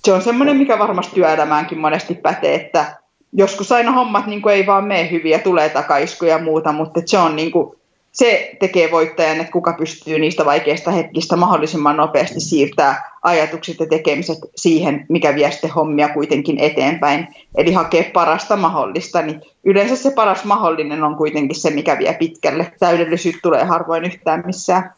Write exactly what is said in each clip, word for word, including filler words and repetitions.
se on semmoinen, mikä varmasti työelämäänkin monesti pätee, että joskus aina hommat niin kuin ei vaan mene hyvin ja tulee takaiskuja ja muuta, mutta se on niin kuin, se tekee voittajan, että kuka pystyy niistä vaikeista hetkistä mahdollisimman nopeasti siirtää ajatukset ja tekemiset siihen, mikä vie sitten hommia kuitenkin eteenpäin. Eli hakee parasta mahdollista, niin yleensä se paras mahdollinen on kuitenkin se, mikä vie pitkälle. Täydellisyyttä tulee harvoin yhtään missään.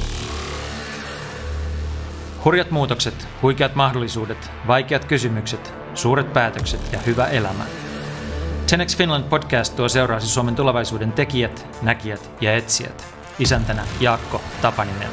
Hurjat muutokset, huikeat mahdollisuudet, vaikeat kysymykset, suuret päätökset ja hyvä elämä. ten x Finland podcast tuo seuraasi Suomen tulevaisuuden tekijät, näkijät ja etsijät. Isäntänä Jaakko Tapaninen.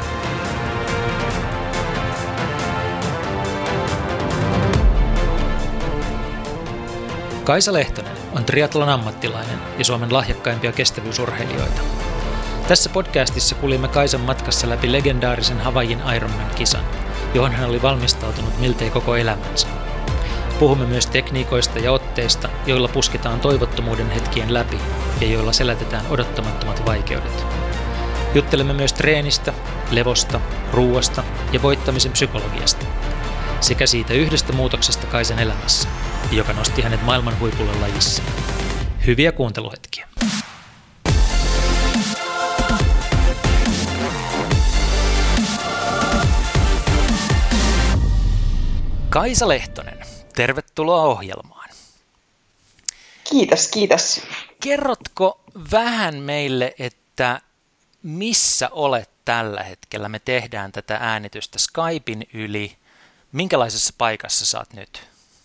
Kaisa Lehtonen on triathlon ammattilainen ja Suomen lahjakkaimpia kestävyysurheilijoita. Tässä podcastissa kuljemme Kaisan matkassa läpi legendaarisen Hawaiin Ironman-kisan, johon hän oli valmistautunut miltei koko elämänsä. Puhumme myös tekniikoista ja otteista, joilla pusketaan toivottomuuden hetkien läpi ja joilla selätetään odottamattomat vaikeudet. Juttelemme myös treenistä, levosta, ruuasta ja voittamisen psykologiasta. Sekä siitä yhdestä muutoksesta Kaisan elämässä, joka nosti hänet maailman huipulle lajissa. Hyviä kuunteluhetkiä. Kaisa Lehtonen, tervetuloa ohjelmaan. Kiitos, kiitos. Kerrotko vähän meille, että missä olet tällä hetkellä? Me tehdään tätä äänitystä Skypein yli. Minkälaisessa paikassa sä oot nyt?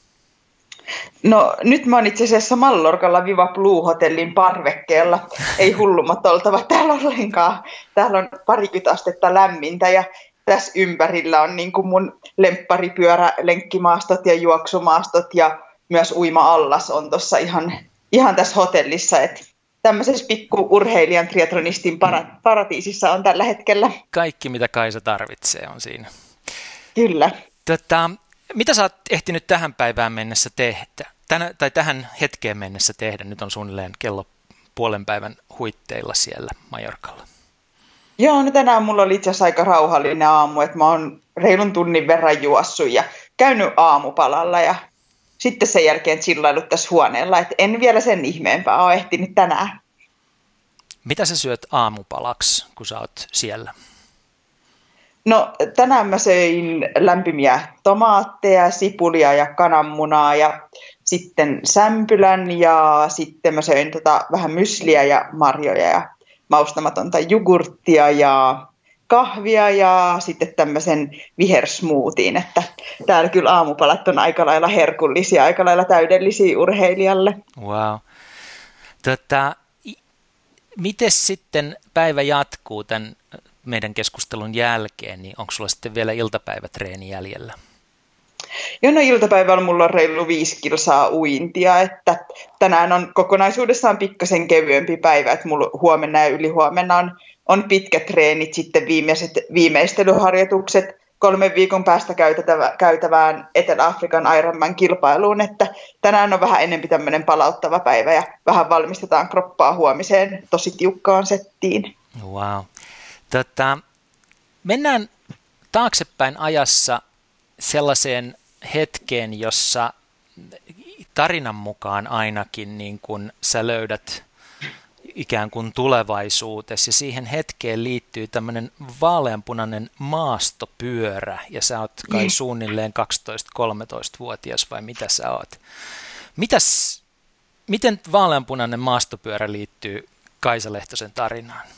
No nyt mä oon itse asiassa Mallorcalla Viva Blue Hotellin parvekkeella. Ei hullummat oltava täällä ollenkaan. Täällä on parikymmentä astetta lämmintä ja tässä ympärillä on niin kuin mun lempparipyörä, lenkkimaastot ja juoksumaastot ja myös uima-allas on tuossa ihan, ihan tässä hotellissa. Että tämmöisessä pikku-urheilijan triathlonistin para, paratiisissa on tällä hetkellä. Kaikki, mitä Kaisa tarvitsee, on siinä. Kyllä. Tota, mitä sä oot ehtinyt tähän päivään mennessä tehdä? Tänä, tai tähän hetkeen mennessä tehdä? Nyt on suunnilleen kello puolen päivän huitteilla siellä Majorkalla. Joo, no tänään mulla oli itse asiassa aika rauhallinen aamu, että mä oon reilun tunnin verran juossut ja käynyt aamupalalla ja sitten sen jälkeen chillailut tässä huoneella, että en vielä sen ihmeempää ole ehtinyt tänään. Mitä sä syöt aamupalaksi, kun sä oot siellä? No tänään mä söin lämpimiä tomaatteja, sipulia ja kananmunaa ja sitten sämpylän ja sitten mä söin tota vähän mysliä ja marjoja ja maustamatonta jogurttia ja kahvia ja sitten tämmöisen vihersmoothien, että täällä kyllä aamupalat on aika lailla herkullisia, aika lailla täydellisiä urheilijalle. Wow. Tota, miten sitten päivä jatkuu tämän meidän keskustelun jälkeen, niin onko sulla sitten vielä iltapäivätreeni jäljellä? Joo, no iltapäivällä mulla on reilu viisi kilsaa uintia, että tänään on kokonaisuudessaan pikkasen kevyempi päivä, että mulla huomenna ja ylihuomenna on, on pitkät treenit, sitten viimeiset viimeistelyharjoitukset kolmen viikon päästä käytävä, käytävään Etelä-Afrikan Ironman-kilpailuun, että tänään on vähän enemmän tämmöinen palauttava päivä ja vähän valmistetaan kroppaa huomiseen tosi tiukkaan settiin. Wow. Tota, mennään taaksepäin ajassa sellaiseen hetkeen, jossa tarinan mukaan ainakin niin kun sä löydät ikään kuin tulevaisuutesi ja siihen hetkeen liittyy tämmöinen vaaleanpunainen maastopyörä ja sä oot kai suunnilleen kaksitoista-kolmetoista-vuotias vai mitä sä oot? Mitäs, miten vaaleanpunainen maastopyörä liittyy Kaisa Lehtosen tarinaan?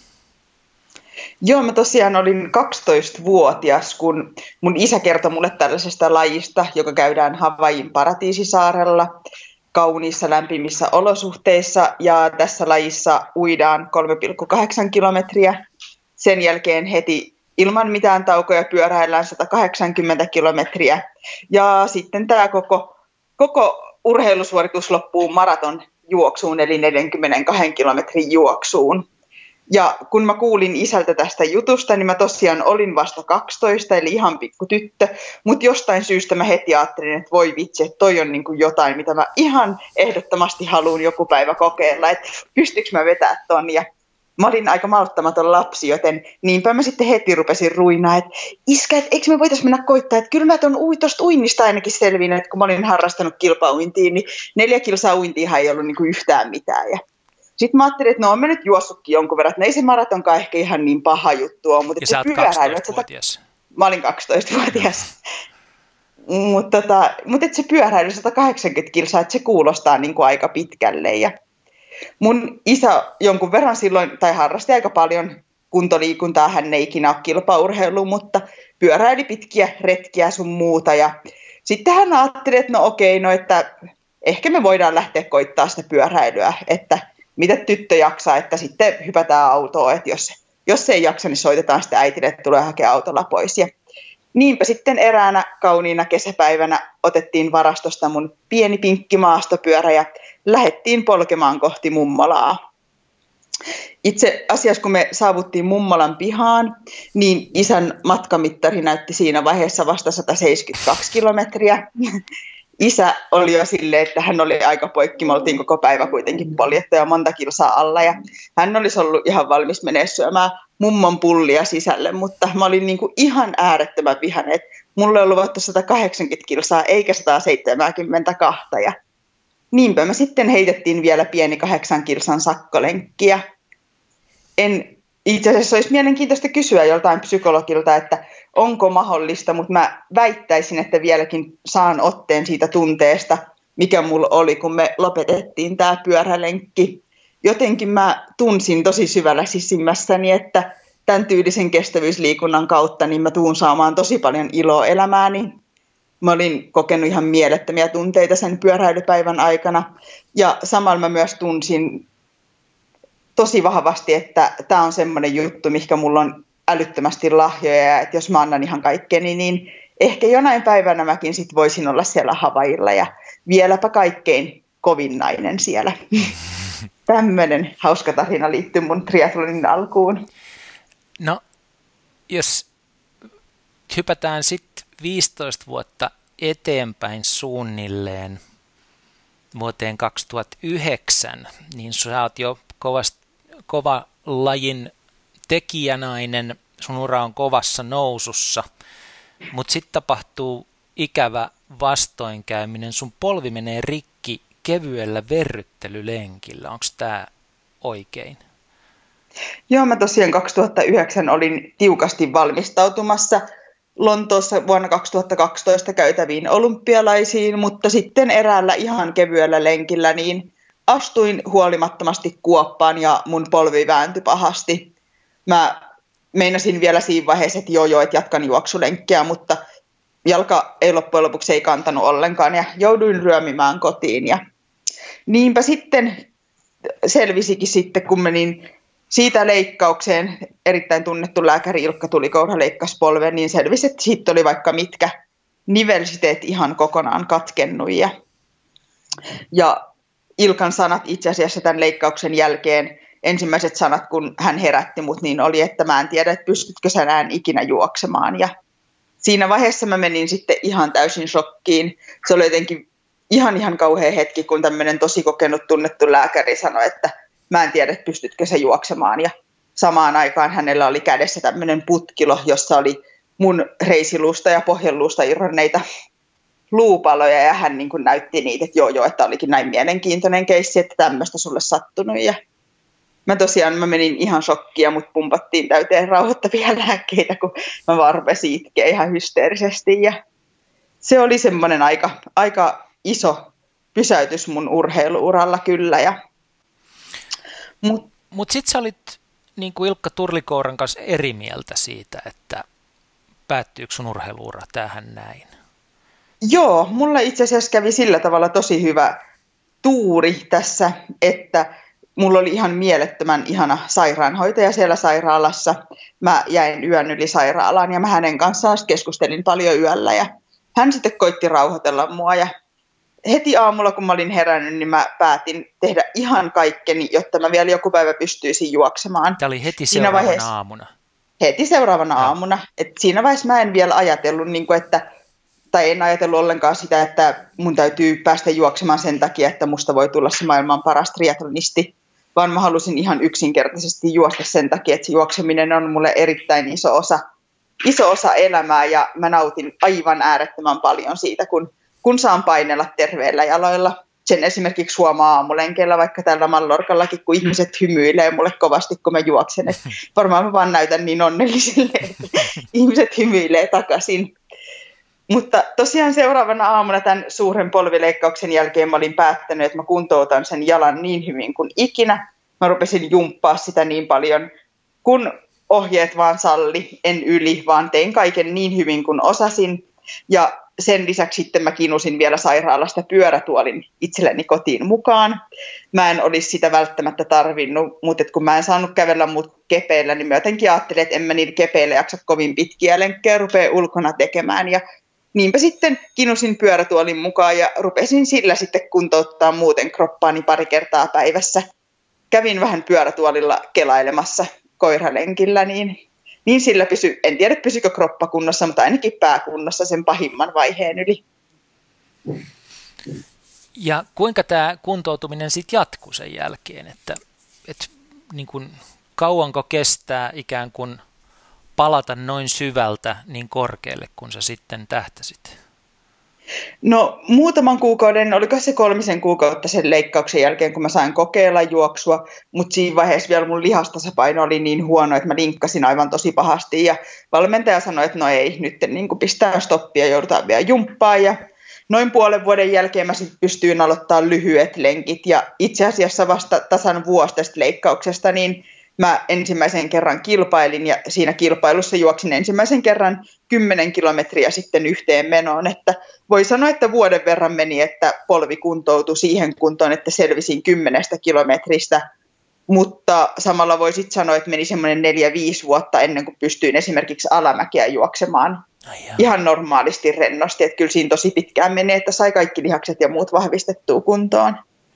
Joo, mä tosiaan olin kaksitoistavuotias, kun mun isä kertoi mulle tällaisesta lajista, joka käydään Hawaiin Paratiisisaarella kauniissa lämpimissä olosuhteissa. Ja tässä lajissa uidaan kolme pilkku kahdeksan kilometriä. Sen jälkeen heti ilman mitään taukoja pyöräillään sata kahdeksankymmentä kilometriä. Ja sitten tämä koko, koko urheilusuoritus loppuu maraton juoksuun, eli neljänkymmenenkahden kilometrin juoksuun. Ja kun mä kuulin isältä tästä jutusta, niin mä tosiaan olin vasta kaksitoista, eli ihan pikku tyttö, mutta jostain syystä mä heti ajattelin, että voi vitsi, että toi on niin kuin jotain, mitä mä ihan ehdottomasti haluan joku päivä kokeilla, että pystyykö mä vetää ton. Ja mä olin aika malttamaton lapsi, joten niinpä mä sitten heti rupesin ruinaa, että iskä, että eikö me voitaisiin mennä koittaa, että kyllä mä tuon ui, tuosta uinnista ainakin selviin, että kun mä olin harrastanut kilpauintiin, niin neljä kilsaa uintiinhan ei ollut niin kuin yhtään mitään. Ja sitten mä ajattelin, että no on mä nyt juossutkin jonkun verran, että no ei se maratonkaan ehkä ihan niin paha juttu ole. Mutta ja sä oot kaksitoistavuotias. Mä olin kaksitoistavuotias. Mutta tota, mut se pyöräily sata kahdeksankymmentä kilsaa, että se kuulostaa niin kuin aika pitkälle. Ja mun isä jonkun verran silloin, tai harrasti aika paljon kuntoliikuntaa, hän ei ikinä ole kilpaurheilu, mutta pyöräili pitkiä retkiä sun muuta. Ja sitten hän ajatteli, että no okei, no että ehkä me voidaan lähteä koittaa sitä pyöräilyä, että mitä tyttö jaksaa, että sitten hypätään autoon, että jos, jos se ei jaksa, niin soitetaan sitä äitille, että tulee hakea autolla pois. Ja niinpä sitten eräänä kauniina kesäpäivänä otettiin varastosta mun pieni pinkki maastopyörä ja lähdettiin polkemaan kohti mummolaa. Itse asiassa kun me saavuttiin mummolan pihaan, niin isän matkamittari näytti siinä vaiheessa vasta sata seitsemänkymmentäkaksi kilometriä. Isä oli jo silleen, että hän oli aika poikki, me oltiin koko päivä kuitenkin poljettu ja monta kilsaa alla ja hän olisi ollut ihan valmis menee syömään mummon pullia sisälle, mutta mä olin niin kuin ihan äärettömän vihainen, että mulle on luvattu sata kahdeksankymmentä kilsaa eikä sata seitsemänkymmentäkaksi ja niinpä me sitten heitettiin vielä pieni kahdeksan kilsan sakkolenkkiä. En itse asiassa olisi mielenkiintoista kysyä joltain psykologilta, että onko mahdollista, mutta mä väittäisin, että vieläkin saan otteen siitä tunteesta, mikä mulla oli, kun me lopetettiin tämä pyörälenkki. Jotenkin mä tunsin tosi syvällä sisimmässäni, että tämän tyylisen kestävyysliikunnan kautta niin mä tuun saamaan tosi paljon iloa elämääni. Mä olin kokenut ihan mielettömiä tunteita sen pyöräilypäivän aikana ja samalla mä myös tunsin tosi vahvasti, että tämä on semmoinen juttu, mikä mulla on älyttömästi lahjoja ja että jos mä annan ihan kaikkeni, niin ehkä jonain päivänä mäkin sit voisin olla siellä Havaijilla ja vieläpä kaikkein kovin nainen siellä. Tämmöinen hauska tarina liittyy mun triathlonin alkuun. No, jos hypätään sitten viisitoista vuotta eteenpäin suunnilleen vuoteen kaksituhattayhdeksän, niin sä oot jo kovasti, kova lajin tekijänainen, sun ura on kovassa nousussa, mutta sitten tapahtuu ikävä vastoinkäyminen, sun polvi menee rikki kevyellä verryttelylenkillä. Onko tämä oikein? Joo, mä tosiaan kaksituhattayhdeksän olin tiukasti valmistautumassa Lontoossa vuonna kaksituhattakaksitoista käytäviin olympialaisiin, mutta sitten eräällä ihan kevyellä lenkillä niin astuin huolimattomasti kuoppaan ja mun polvi vääntyi pahasti. Mä meinasin vielä siinä vaiheessa, että joo joo, että jatkan juoksulenkkiä, mutta jalka ei loppujen lopuksi ei kantanut ollenkaan ja jouduin ryömimään kotiin. Ja niinpä sitten selvisikin sitten, kun menin siitä leikkaukseen, erittäin tunnettu lääkäri Ilkka Tulikoura leikkasi polven, niin selvisi, että siitä oli vaikka mitkä nivelsiteet ihan kokonaan katkennut. Ja, ja Ilkan sanat itse asiassa tämän leikkauksen jälkeen, ensimmäiset sanat, kun hän herätti mut, niin oli, että mä en tiedä, että pystytkö sä enää ikinä juoksemaan. Ja siinä vaiheessa mä menin sitten ihan täysin shokkiin. Se oli jotenkin ihan ihan kauhea hetki, kun tämmöinen tosi kokenut tunnettu lääkäri sanoi, että mä en tiedä, että pystytkö sä juoksemaan. Ja samaan aikaan hänellä oli kädessä tämmöinen putkilo, jossa oli mun reisiluusta ja pohjeluusta irronneita luupaloja. Ja hän niin kuin näytti niitä, että joo joo, että olikin näin mielenkiintoinen keissi, että tämmöistä sulle sattunut. Ja mä tosiaan mä menin ihan shokkiin ja mut pumpattiin täyteen rauhoittavia lääkkeitä, kun mä vaan rupesin itkeä ihan hysteerisesti. Ja se oli semmoinen aika, aika iso pysäytys mun urheiluuralla kyllä. Ja Mutta Mut sitten sä olit niin kuin Ilkka Turlikouran kanssa eri mieltä siitä, että päättyykö sun urheiluura tähän näin? Joo, mulla itse asiassa kävi sillä tavalla tosi hyvä tuuri tässä, että mulla oli ihan mielettömän ihana sairaanhoitaja siellä sairaalassa. Mä jäin yön yli sairaalaan ja mä hänen kanssaan keskustelin paljon yöllä ja hän sitten koitti rauhoitella mua ja heti aamulla, kun mä olin herännyt, niin mä päätin tehdä ihan kaikkeni, jotta mä vielä joku päivä pystyisin juoksemaan. Tämä oli heti seuraavana vaiheessa, aamuna. Heti seuraavana no. aamuna. Et siinä vaiheessa mä en vielä ajatellut, niin kuin, että, tai en ajatellut ollenkaan sitä, että mun täytyy päästä juoksemaan sen takia, että musta voi tulla se maailman paras triatlonisti, vaan mä halusin ihan yksinkertaisesti juosta sen takia, että juokseminen on mulle erittäin iso osa, iso osa elämää ja mä nautin aivan äärettömän paljon siitä, kun, kun saan painella terveellä jaloilla. Sen esimerkiksi huomaa aamulenkeillä, vaikka täällä Mallorcallakin, kun ihmiset hymyilee mulle kovasti, kun mä juoksen. Et varmaan mä vaan näytän niin onnellisille, että ihmiset hymyilee takaisin. Mutta tosiaan seuraavana aamuna tämän suuren polvileikkauksen jälkeen mä olin päättänyt, että mä kuntoutan sen jalan niin hyvin kuin ikinä. Mä rupesin jumppaa sitä niin paljon, kun ohjeet vaan salli, en yli, vaan tein kaiken niin hyvin kuin osasin. Ja sen lisäksi sitten mä kinusin vielä sairaalasta pyörätuolin itselleni kotiin mukaan. Mä en olisi sitä välttämättä tarvinnut, mutta kun mä en saanut kävellä mut kepeillä, niin mä jotenkin ajattelin, että en mä niillä kepeillä jaksa kovin pitkiä lenkkejä rupea ulkona tekemään. Ja niinpä sitten kinusin pyörätuolin mukaan ja rupesin sillä sitten kuntouttaa muuten kroppaani pari kertaa päivässä. Kävin vähän pyörätuolilla kelailemassa koiralenkillä, niin... Niin sillä pysy, en tiedä pysykö kroppa kunnossa, mutta ainakin pää kunnossa sen pahimman vaiheen yli. Ja kuinka tämä kuntoutuminen sitten jatkuu sen jälkeen? Että, että niin kuin, kauanko kestää ikään kuin palata noin syvältä niin korkealle, kun sä sitten tähtäsit? No muutaman kuukauden, oliko se kolmisen kuukautta sen leikkauksen jälkeen, kun mä sain kokeilla juoksua, mutta siinä vaiheessa vielä mun lihastasapaino oli niin huono, että mä linkkasin aivan tosi pahasti ja valmentaja sanoi, että no ei, nyt niin kuin pistää stoppia, joudutaan vielä jumppaa ja noin puolen vuoden jälkeen mä sitten pystyin aloittamaan lyhyet lenkit ja itse asiassa vasta tasan vuosi tästä leikkauksesta, niin mä ensimmäisen kerran kilpailin ja siinä kilpailussa juoksin ensimmäisen kerran kymmenen kilometriä sitten yhteen menoon, että voi sanoa, että vuoden verran meni, että polvi kuntoutui siihen kuntoon, että selvisin kymmenestä kilometristä, mutta samalla voi sitten sanoa, että meni semmoinen neljä viisi vuotta ennen kuin pystyin esimerkiksi alamäkiä juoksemaan ihan normaalisti rennosti, että kyllä siinä tosi pitkään menee, että sai kaikki lihakset ja muut vahvistettua kuntoon.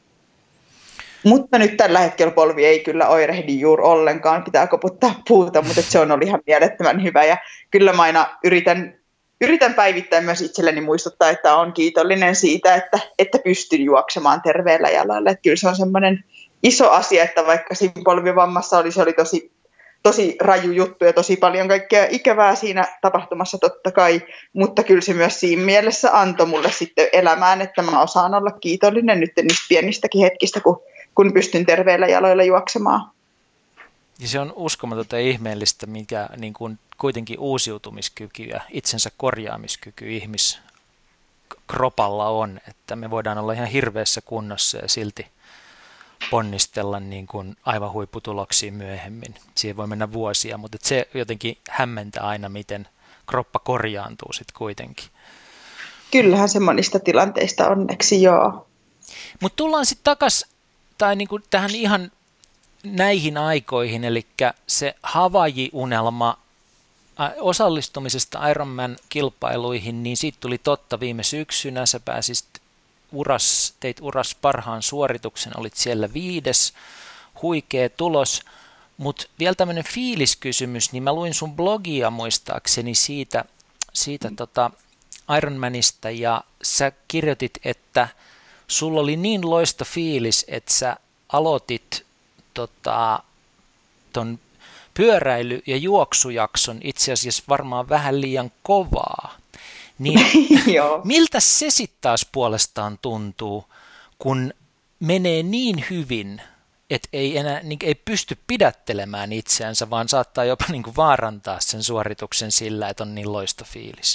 Mutta nyt tällä hetkellä polvi ei kyllä oirehdi juuri ollenkaan, pitää koputtaa puuta, mutta se on ollut ihan mielettömän hyvä. Ja kyllä mä aina yritän, yritän päivittäin myös itselleni muistuttaa, että olen kiitollinen siitä, että, että pystyn juoksemaan terveellä jalalla. Että kyllä se on semmoinen iso asia, että vaikka siinä polvivammassa oli, se oli tosi, tosi raju juttu ja tosi paljon kaikkea ikävää siinä tapahtumassa totta kai, mutta kyllä se myös siinä mielessä antoi mulle sitten elämään, että mä osaan olla kiitollinen nyt niistä pienistäkin hetkistä, kun kun pystyn terveillä jaloilla juoksemaan. Ja se on uskomatonta ja ihmeellistä, mikä niin kuin kuitenkin uusiutumiskyky ja itsensä korjaamiskyky ihmiskropalla on, että me voidaan olla ihan hirveässä kunnossa ja silti ponnistella niin kuin aivan huipputuloksiin myöhemmin. Siihen voi mennä vuosia, mutta se jotenkin hämmentää aina, miten kroppa korjaantuu sitten kuitenkin. Kyllähän se monista tilanteista onneksi joo. Mutta tullaan sitten takaisin tai niin kuin tähän ihan näihin aikoihin, eli se Hawaii-unelma osallistumisesta Ironman-kilpailuihin, niin siitä tuli totta viime syksynä. Sä pääsisit uras, teit uras parhaan suorituksen, olit siellä viides, huikea tulos. Mutta vielä tämmöinen fiiliskysymys, niin mä luin sun blogia muistaakseni siitä, siitä tota Ironmanista, ja sä kirjoitit, että sulla oli niin loista fiilis, että sä aloitit tota, ton pyöräily- ja juoksujakson itse asiassa varmaan vähän liian kovaa. Niin miltä se sitten taas puolestaan tuntuu, kun menee niin hyvin, että ei enää niin, ei pysty pidättelemään itseänsä, vaan saattaa jopa niin kuin vaarantaa sen suorituksen sillä, että on niin loista fiilis?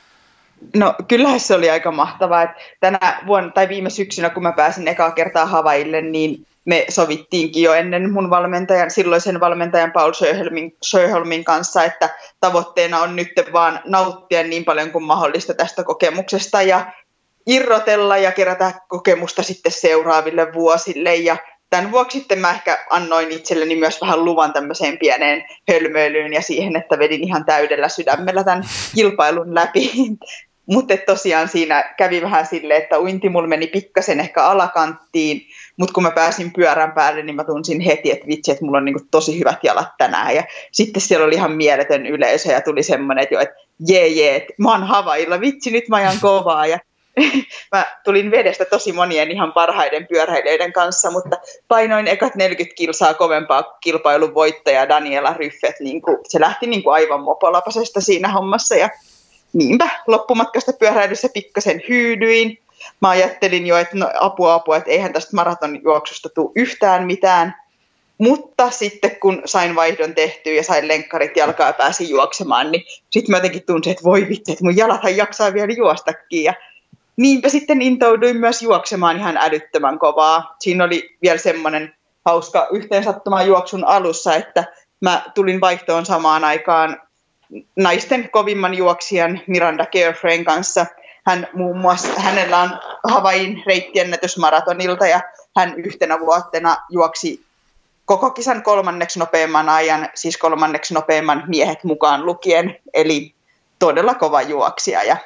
No kyllähän se oli aika mahtavaa, että tänä vuonna tai viime syksynä, kun mä pääsin ekaa kertaa Havaille, niin me sovittiinkin jo ennen mun valmentajan, silloisen valmentajan Paul Sjöholmin, Sjöholmin kanssa, että tavoitteena on nyt vaan nauttia niin paljon kuin mahdollista tästä kokemuksesta ja irrotella ja kerätä kokemusta sitten seuraaville vuosille. Ja tämän vuoksi sitten mä ehkä annoin itselleni myös vähän luvan tämmöiseen pieneen hölmöilyyn ja siihen, että vedin ihan täydellä sydämellä tämän kilpailun läpi. Mutta tosiaan siinä kävi vähän silleen, että uinti mulla meni pikkasen ehkä alakanttiin, mutta kun mä pääsin pyörän päälle, niin mä tunsin heti, että vitsi, että mulla on niinku tosi hyvät jalat tänään. Ja sitten siellä oli ihan mieletön yleisö ja tuli semmoinen, että, jo, että jee jee, että mä oon Havailla, vitsi nyt mä ajan kovaa. Ja mä tulin vedestä tosi monien ihan parhaiden pyöräilijöiden kanssa, mutta painoin ekat neljäkymmentä kilsaa kovempaa kilpailun voittaja Daniela Ryffet. Niin kuin, se lähti niin kuin aivan mopolapasesta siinä hommassa ja niinpä loppumatkasta pyöräilyssä pikkasen hyydyin. Mä ajattelin jo, että no, apua apua, että eihän tästä maratonjuoksusta tule yhtään mitään. Mutta sitten kun sain vaihdon tehtyä ja sain lenkkarit jalkaa ja pääsin juoksemaan, niin sitten mä jotenkin tunsin, että voi vitsi, että mun jalathan jaksaa vielä juostakin. Ja niinpä sitten intouduin myös juoksemaan ihan älyttömän kovaa. Siinä oli vielä semmoinen hauska yhteensattuma juoksun alussa, että mä tulin vaihtoon samaan aikaan naisten kovimman juoksijan Miranda Kerfrayn kanssa. Hän muun muassa, hänellä on Havain reittiennätys maratonilta ja hän yhtenä vuotena juoksi koko kisan kolmanneksi nopeimman ajan, siis kolmanneksi nopeimman miehet mukaan lukien, eli todella kova juoksija. Ja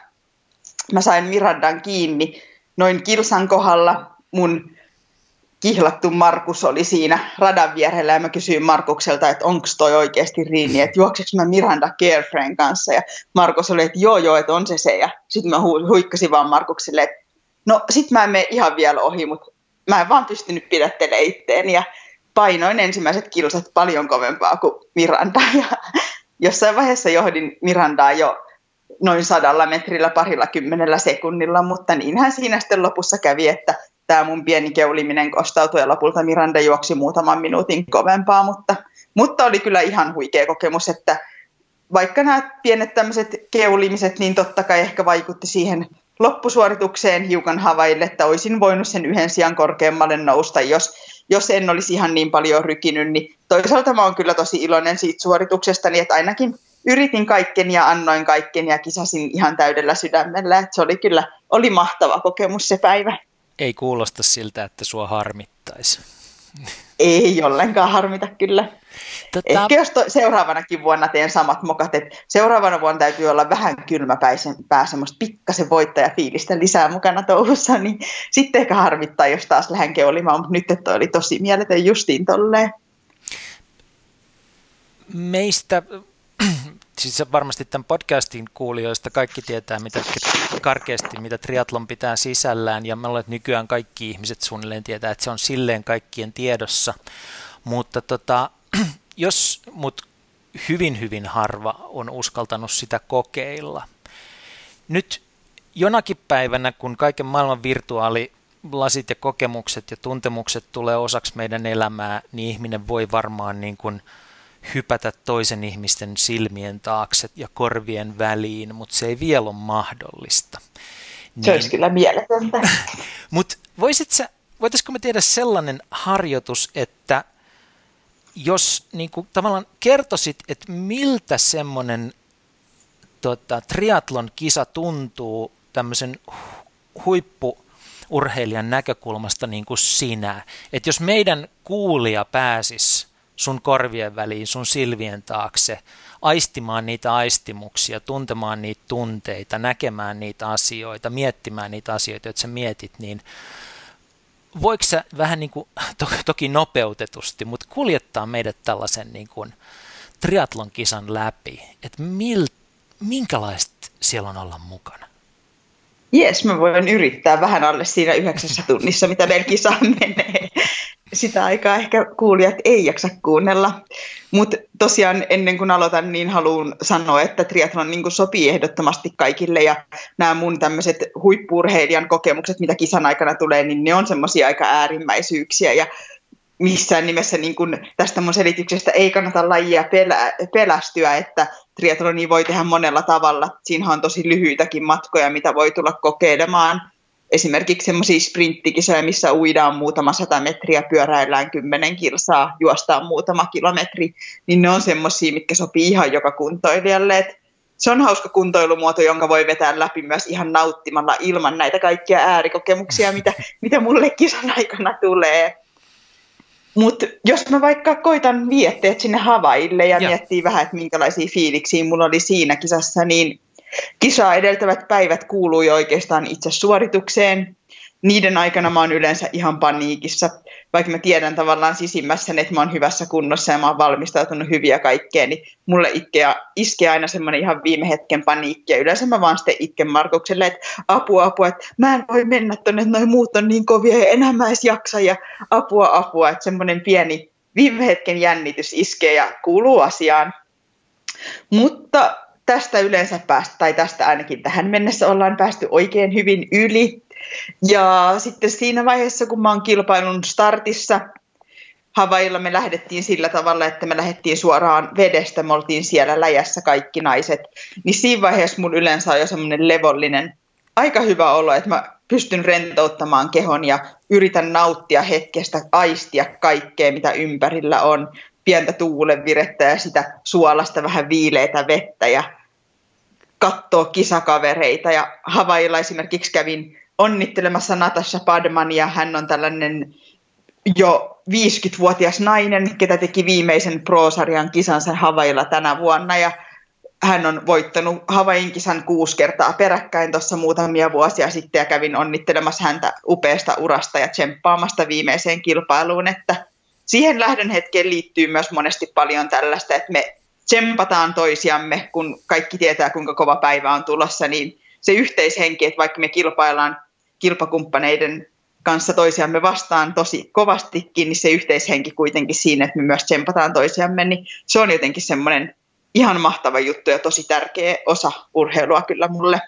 mä sain Mirandan kiinni noin kilsan kohdalla. Mun kihlattu Markus oli siinä radan vierellä ja mä kysyin Markukselta, että onko toi oikeasti Riini, että juokseks mä Miranda Kerfrayn kanssa. Ja Markus oli, että joo joo, että on se se. Ja sitten mä hu- huikkasin vaan Markukselle, että no sit mä en mene ihan vielä ohi, mutta mä en vaan pystynyt pidättelemään itteeni. Ja painoin ensimmäiset kilsat paljon kovempaa kuin Miranda. Ja jossain vaiheessa johdin Mirandaa jo noin sadalla metrillä parilla kymmenellä sekunnilla, mutta niinhän siinä sitten lopussa kävi, että tämä mun pieni keuliminen kostautui ja lopulta Miranda juoksi muutaman minuutin kovempaa, mutta, mutta oli kyllä ihan huikea kokemus, että vaikka nämä pienet tämmöiset keulimiset, niin totta kai ehkä vaikutti siihen loppusuoritukseen hiukan Havaille, että olisin voinut sen yhden sijan korkeammalle nousta, jos, jos en olisi ihan niin paljon rykinyt, niin toisaalta mä oon kyllä tosi iloinen siitä suorituksesta, niin että ainakin yritin kaikkeni ja annoin kaikkeni ja kisasin ihan täydellä sydämellä, että se oli kyllä oli mahtava kokemus se päivä. Ei kuulosta siltä, että sua harmittaisi. Ei ollenkaan harmita kyllä. Tota... Ehkä jos to, seuraavanakin vuonna teen samat mokat, että seuraavana vuonna täytyy olla vähän kylmäpää, semmoista pikkasen voittajafiilistä lisää mukana touhussa, niin sitten ehkä harmittaa, jos taas lähden keulimaan, mutta nyt että oli tosi mieletön justiin tolleen. Meistä, siis varmasti tämän podcastin kuulijoista kaikki tietää mitä, karkeasti, mitä triathlon pitää sisällään, ja mä luulen, että nykyään kaikki ihmiset suunnilleen tietää, että se on silleen kaikkien tiedossa, mutta tota, jos mut hyvin hyvin harva on uskaltanut sitä kokeilla. Nyt jonakin päivänä, kun kaiken maailman virtuaalilasit ja kokemukset ja tuntemukset tulee osaksi meidän elämää, niin ihminen voi varmaan niin kuin hypätä toisen ihmisten silmien taakse ja korvien väliin, mutta se ei vielä ole mahdollista. Niin, se olisi kyllä mieletöntä. Mutta voitaisiko me tehdä sellainen harjoitus, että jos niin kuin, tavallaan kertoisit, että miltä semmoinen tota, triathlon kisa tuntuu tämmöisen huippu-urheilijan näkökulmasta niin kuin sinä, että jos meidän kuulija pääsisi sun korvien väliin, sun silmien taakse, aistimaan niitä aistimuksia, tuntemaan niitä tunteita, näkemään niitä asioita, miettimään niitä asioita, joita sä mietit, niin voiko sä vähän niin kuin, to, toki nopeutetusti, mutta kuljettaa meidät tällaisen niin kuin triathlon kisan läpi, että mil, minkälaista siellä on olla mukana? Jes, mä voin yrittää vähän alle siinä yhdeksässä tunnissa, mitä meillä kisaan menee. Sitä aikaa ehkä kuulijat ei jaksa kuunnella, mutta tosiaan ennen kuin aloitan, niin haluan sanoa, että triathlon niin kuin sopii ehdottomasti kaikille ja nämä mun tämmöiset huippu-urheilijan kokemukset, mitä kisan aikana tulee, niin ne on semmoisia aika äärimmäisyyksiä ja missään nimessä niin kuin tästä mun selityksestä ei kannata lajia pelä, pelästyä, että triathlonia voi tehdä monella tavalla. Siinä on tosi lyhyitäkin matkoja, mitä voi tulla kokeilemaan. Esimerkiksi semmoisia sprinttikisoja, missä uidaan muutama sata metriä, pyöräillään kymmenen kilsaa, juostaan muutama kilometri, niin ne on semmoisia, mitkä sopii ihan joka kuntoilijalle. Et se on hauska kuntoilumuoto, jonka voi vetää läpi myös ihan nauttimalla ilman näitä kaikkia äärikokemuksia, mitä, mitä mulle kisan aikana tulee. Mutta jos mä vaikka koitan vietteet sinne Havaille ja, ja miettii vähän, että minkälaisia fiiliksiä mulla oli siinä kisassa, niin kisaa edeltävät päivät kuului oikeastaan itse suoritukseen. niiden aikana mä oon yleensä ihan paniikissa, vaikka mä tiedän tavallaan sisimmässä, että mä oon hyvässä kunnossa ja mä oon valmistautunut hyviä kaikkeen, niin mulle iskee, iskee aina semmoinen ihan viime hetken paniikki, ja yleensä mä vaan sitten itken Markukselle, että apua, apua, että mä en voi mennä tonne, että noi muut on niin kovia ja enää mä edes jaksa, ja apua, apua, että semmoinen pieni viime hetken jännitys iskee ja kuuluu asiaan. Mutta tästä yleensä päästä, tai tästä ainakin tähän mennessä ollaan päästy oikein hyvin yli. Ja sitten siinä vaiheessa, kun mä oon kilpailun startissa, Havaijilla me lähdettiin sillä tavalla, että me lähdettiin suoraan vedestä, me oltiin siellä läjässä kaikki naiset. Niin siinä vaiheessa mun yleensä on jo semmoinen levollinen, aika hyvä olo, että mä pystyn rentouttamaan kehon ja yritän nauttia hetkestä, aistia kaikkea, mitä ympärillä on. Pientä tuulenvirettä ja sitä suolasta vähän viileitä vettä ja katsoo kisakavereita. Ja Havaijilla esimerkiksi kävin onnittelemassa Natasha Padmania. Hän on tällainen jo viisikymmentävuotias nainen, ketä teki viimeisen Pro-sarjan kisansa Havaijilla tänä vuonna. Ja hän on voittanut Havaijin kisan kuusi kertaa peräkkäin tuossa muutamia vuosia sitten ja kävin onnittelemassa häntä upeasta urasta ja tsemppaamasta viimeiseen kilpailuun, että siihen lähdön hetkeen liittyy myös monesti paljon tällaista, että me tsempataan toisiamme, kun kaikki tietää, kuinka kova päivä on tulossa, niin se yhteishenki, että vaikka me kilpaillaan kilpakumppaneiden kanssa toisiamme vastaan tosi kovastikin, niin se yhteishenki kuitenkin siinä, että me myös tsempataan toisiamme, niin se on jotenkin semmoinen ihan mahtava juttu ja tosi tärkeä osa urheilua kyllä mulle.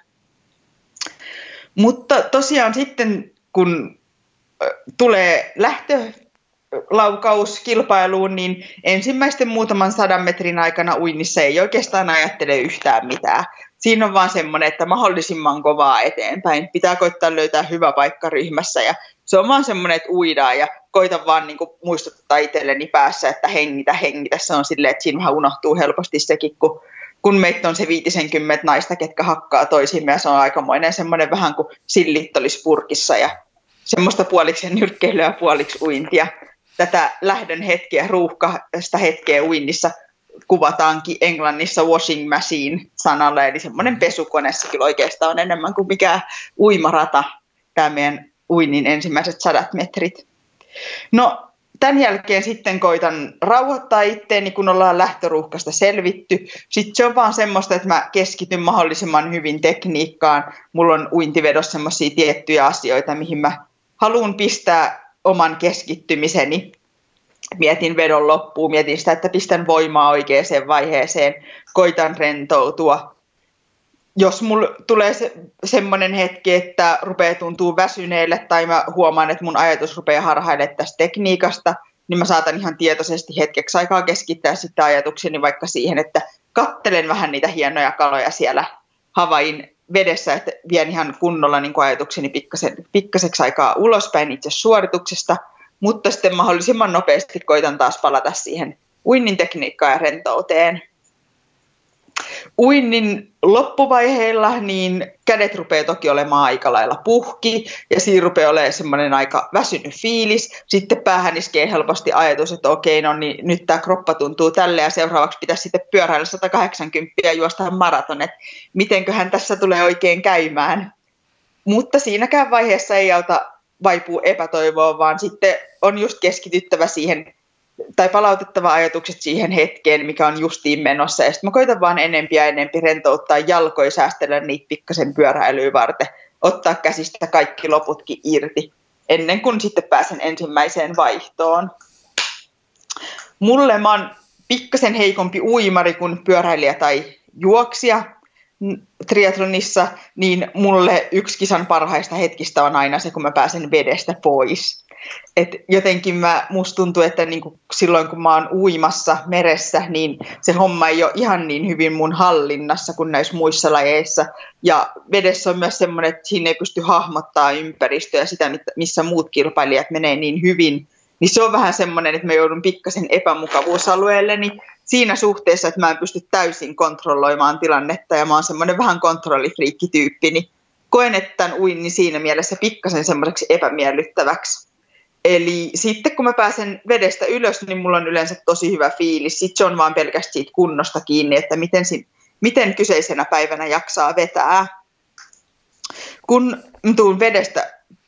Mutta tosiaan sitten, kun tulee lähtölaukaus kilpailuun, niin ensimmäisten muutaman sadan metrin aikana uinnissa ei oikeastaan ajattele yhtään mitään. Siinä on vaan semmoinen, että mahdollisimman kovaa eteenpäin. Pitää koittaa löytää hyvä paikka ryhmässä ja se on vaan semmoinen, että uidaan ja koitan vaan niin kuin muistuttaa itselleni päässä, että hengitä, hengitä. Se on silleen, että siinä vähän unohtuu helposti sekin, kun, kun meitä on se viitisenkymmentä naista, ketkä hakkaa toisiimme ja se on aikamoinen semmoinen vähän kuin sillit olisi purkissa ja semmoista puoliksi nyrkkeilyä ja puoliksi uintia. Tätä lähdön hetkeä, ruuhkaista hetkeä uinnissa kuvataankin englannissa washing machine sanalla, eli semmoinen pesukone, se kyllä oikeastaan on enemmän kuin mikään uimarata, tämä meidän uinnin ensimmäiset sadat metrit. No, tämän jälkeen sitten koitan rauhoittaa itteeni, kun ollaan lähtöruuhkasta selvitty. Sitten se on vaan semmoista, että mä keskityn mahdollisimman hyvin tekniikkaan. Mulla on uintivedossa semmoisia tiettyjä asioita, mihin mä haluan pistää oman keskittymiseni. Mietin vedon loppuun, mietin sitä, että pistän voimaa oikeaan vaiheeseen, koitan rentoutua. Jos mulla tulee se, semmoinen hetki, että rupeaa tuntuu väsyneelle tai mä huomaan, että mun ajatus rupeaa harhailemaan tästä tekniikasta, niin mä saatan ihan tietoisesti hetkeksi aikaa keskittää sitten ajatukseni vaikka siihen, että kattelen vähän niitä hienoja kaloja siellä Havaijin vedessä, että vien ihan kunnolla niin kuin ajatukseni pikkasen, pikkaseksi aikaa ulospäin itse suorituksesta, mutta sitten mahdollisimman nopeasti koitan taas palata siihen uinnin tekniikkaan ja rentouteen. Uinnin loppuvaiheilla niin kädet rupeaa toki olemaan aika lailla puhki ja siinä rupeaa olemaan semmoinen aika väsynyt fiilis. Sitten päähän iskee helposti ajatus, että okei, no niin nyt tämä kroppa tuntuu tälle ja seuraavaksi pitäisi sitten pyöräillä sata kahdeksankymmentä ja juosta maraton, että mitenköhän tässä tulee oikein käymään. Mutta siinäkään vaiheessa ei auta vaipuu epätoivoa, vaan sitten on just keskityttävä siihen tai palautettava ajatukset siihen hetkeen, mikä on justiin menossa. Ja sitten mä koitan vaan enempi ja enempi rentouttaa jalkoja, säästellä niitä pikkasen pyöräilyä varten, ottaa käsistä kaikki loputkin irti, ennen kuin sitten pääsen ensimmäiseen vaihtoon. Mulle mä oon pikkasen heikompi uimari kuin pyöräilijä tai juoksija triathlonissa, niin mulle yksi kisan parhaista hetkistä on aina se, kun mä pääsen vedestä pois. Et jotenkin mä, musta tuntuu, että niinku silloin kun mä oon uimassa meressä, niin se homma ei ole ihan niin hyvin mun hallinnassa kuin näissä muissa lajeissa. Ja vedessä on myös semmoinen, että siinä ei pysty hahmottaa ympäristöä ja sitä, missä muut kilpailijat menee niin hyvin. Niin se on vähän semmoinen, että mä joudun pikkasen epämukavuusalueelle, niin siinä suhteessa, että mä en pysty täysin kontrolloimaan tilannetta ja mä oon semmoinen vähän kontrollifriikkityyppi, niin koen, että tämän uinnin siinä mielessä pikkasen semmoiseksi epämiellyttäväksi. Eli sitten kun mä pääsen vedestä ylös, niin mulla on yleensä tosi hyvä fiilis. Sitten se on vaan pelkästään siitä kunnosta kiinni, että miten, miten kyseisenä päivänä jaksaa vetää. Kun tuun vedestä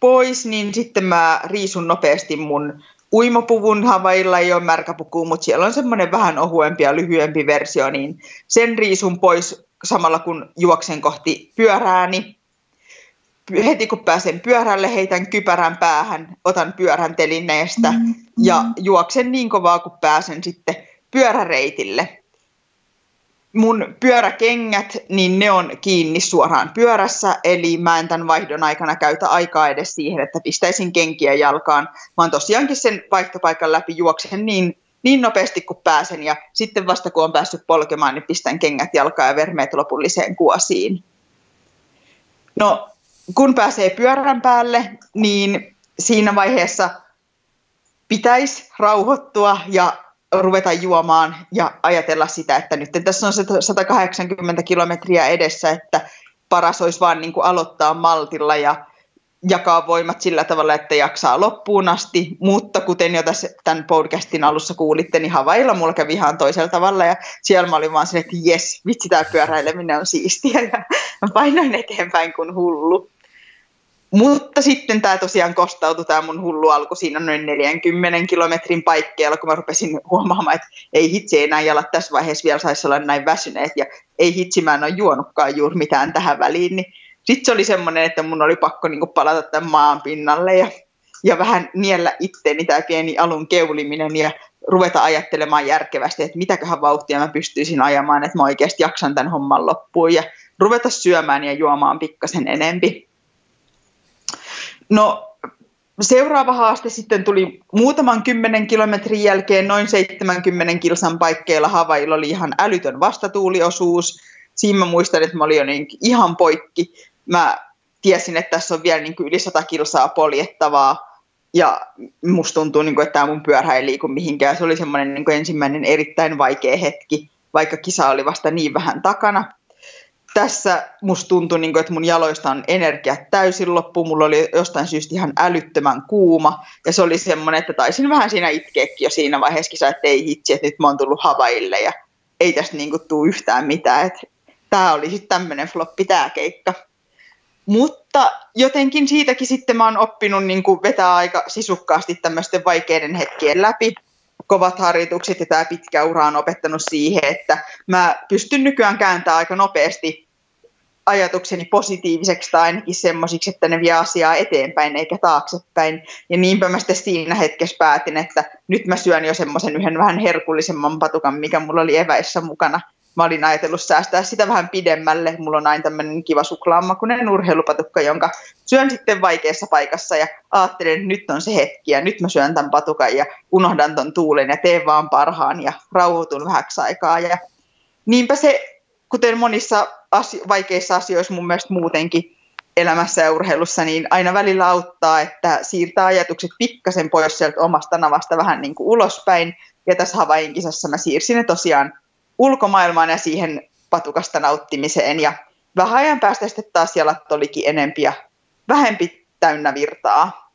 pois, niin sitten mä riisun nopeasti mun uimapuvun. Havailla ei ole märkäpuku, mutta siellä on semmoinen vähän ohuempi ja lyhyempi versio, niin sen riisun pois samalla kun juoksen kohti pyörääni. Heti kun pääsen pyörälle, heitän kypärän päähän, otan pyörän telineestä mm-hmm. ja juoksen niin kovaa kuin pääsen sitten pyöräreitille. Mun pyöräkengät, niin ne on kiinni suoraan pyörässä, eli mä en tämän vaihdon aikana käytä aikaa edes siihen, että pistäisin kenkiä jalkaan, vaan tosiaankin sen vaihtopaikan läpi juoksen niin, niin nopeasti kuin pääsen, ja sitten vasta kun on päässyt polkemaan, niin pistän kengät jalkaan ja vermeet lopulliseen kuosiin. No, kun pääsee pyörän päälle, niin siinä vaiheessa pitäisi rauhoittua ja ruveta juomaan ja ajatella sitä, että nyt tässä on sata kahdeksankymmentä kilometriä edessä, että paras olisi vaan niin kuin aloittaa maltilla ja jakaa voimat sillä tavalla, että jaksaa loppuun asti, mutta kuten jo tässä tämän podcastin alussa kuulitte, niin Havailla mulla kävi ihan toisella tavalla ja siellä mä olin vaan silleen, että jes, vitsi tää pyöräileminen on siistiä ja mä painoin eteenpäin kuin hullu. Mutta sitten tämä tosiaan kostautui, tämä mun hullu alku siinä noin neljänkymmenen kilometrin paikkeilla, kun mä rupesin huomaamaan, että ei hitsi, enää jalat tässä vaiheessa vielä saisi olla näin väsyneet, ja ei hitsi, mä en ole juonutkaan juuri mitään tähän väliin. Niin sitten se oli semmoinen, että mun oli pakko niinku palata tämän maan pinnalle ja, ja vähän niellä itteeni tämä pieni alun keuliminen ja ruveta ajattelemaan järkevästi, että mitäköhän vauhtia mä pystyisin ajamaan, että mä oikeasti jaksan tämän homman loppuun ja ruveta syömään ja juomaan pikkasen enempi. No seuraava haaste sitten tuli muutaman kymmenen kilometrin jälkeen, noin seitsemänkymmenen kilsan paikkeilla. Havailla oli ihan älytön vastatuuliosuus. Siinä mä muistan, että mä olin jo niin ihan poikki. Mä tiesin, että tässä on vielä niin yli sata kilsaa poljettavaa ja musta tuntuu, että tämä mun pyörä ei liiku mihinkään. Se oli semmoinen ensimmäinen erittäin vaikea hetki, vaikka kisa oli vasta niin vähän takana. Tässä musta tuntui, että mun jaloista on energiat täysin loppu. Mulla oli jostain syystä ihan älyttömän kuuma. Ja se oli semmoinen, että taisin vähän siinä itkeäkin jo siinä vaiheessa kisa, että ei hitsi, että nyt mä oon tullut Havaille ja ei tästä niin kuin tule yhtään mitään. Tämä oli sitten tämmöinen floppi tämä keikka. Mutta jotenkin siitäkin sitten mä oon oppinut niin kuin vetää aika sisukkaasti tämmöisten vaikeiden hetkien läpi. Kovat harjoitukset ja tämä pitkä ura on opettanut siihen, että mä pystyn nykyään kääntämään aika nopeasti ajatukseni positiiviseksi tai ainakin semmoisiksi, että ne vie asiaa eteenpäin eikä taaksepäin. Ja niinpä mä sitten siinä hetkessä päätin, että nyt mä syön jo semmoisen yhden vähän herkullisemman patukan, mikä mulla oli eväissä mukana. Mä olin ajatellut säästää sitä vähän pidemmälle. Mulla on aina tämmöinen kiva suklaanmakuinen urheilupatukka, jonka syön sitten vaikeassa paikassa ja ajattelen, että nyt on se hetki ja nyt mä syön tämän patukan ja unohdan ton tuulen ja teen vaan parhaan ja rauhoitun vähäksi aikaa. Ja niinpä se, kuten monissa asio- vaikeissa asioissa mun mielestä muutenkin elämässä ja urheilussa, niin aina välillä auttaa, että siirtää ajatukset pikkasen pois sieltä omasta navasta vähän niin kuin ulospäin. Ja tässä Havain kisassa mä siirsin ne tosiaan ulkomaailmaan ja siihen patukasta nauttimiseen. Ja vähän ajan päästä sitten taas jalat olikin enempi ja vähempi täynnä virtaa.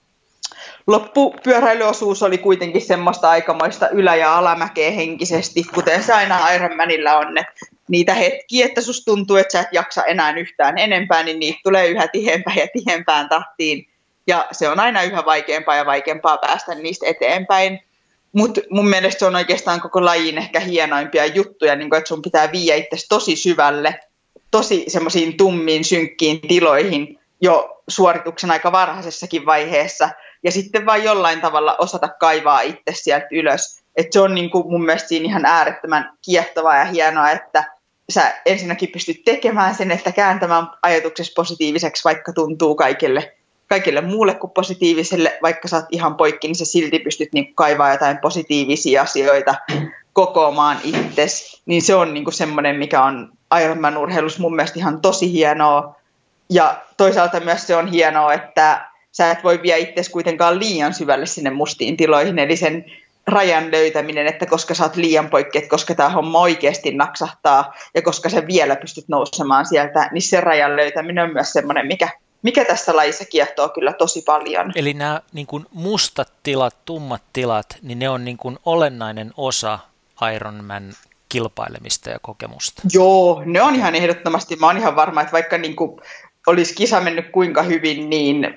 Loppupyöräilyosuus oli kuitenkin semmoista aikamoista ylä- ja alamäkeä henkisesti, kuten se aina Ironmanilla on. Et niitä hetkiä, että susta tuntuu, että sä et jaksa enää yhtään enempää, niin niitä tulee yhä tihempään ja tihempään tahtiin. Ja se on aina yhä vaikeampaa ja vaikeampaa päästä niistä eteenpäin. Mutta mun mielestä se on oikeastaan koko lajin ehkä hienoimpia juttuja, niin kun, että sun pitää viiä itsesi tosi syvälle, tosi semmoisiin tummiin, synkkiin tiloihin jo suorituksen aika varhaisessakin vaiheessa. Ja sitten vaan jollain tavalla osata kaivaa itse sieltä ylös. Et se on niin kun mun mielestä siinä ihan äärettömän kiehtovaa ja hienoa, että sä ensinnäkin pystyt tekemään sen, että kääntämään ajatuksesi positiiviseksi, vaikka tuntuu kaikille kaikille muulle kuin positiiviselle, vaikka sä oot ihan poikki, niin sä silti pystyt niin kaivaa jotain positiivisia asioita kokoamaan itsesi. Niin se on niin semmoinen, mikä on Ironman-urheilussa mun mielestä ihan tosi hienoa. Ja toisaalta myös se on hienoa, että sä et voi viedä itsesi kuitenkaan liian syvälle sinne mustiin tiloihin, eli sen rajan löytäminen, että koska sä oot liian poikki, että koska tämä homma oikeasti naksahtaa ja koska sä vielä pystyt nousemaan sieltä, niin se rajan löytäminen on myös semmoinen, mikä Mikä tässä lajissa kiehtoo kyllä tosi paljon. Eli nämä niin kuin mustat tilat, tummat tilat, niin ne on niin kuin olennainen osa Ironman kilpailemista ja kokemusta. Joo, ne on ihan ehdottomasti. Mä oon ihan varma, että vaikka niin kuin olisi kisa mennyt kuinka hyvin, niin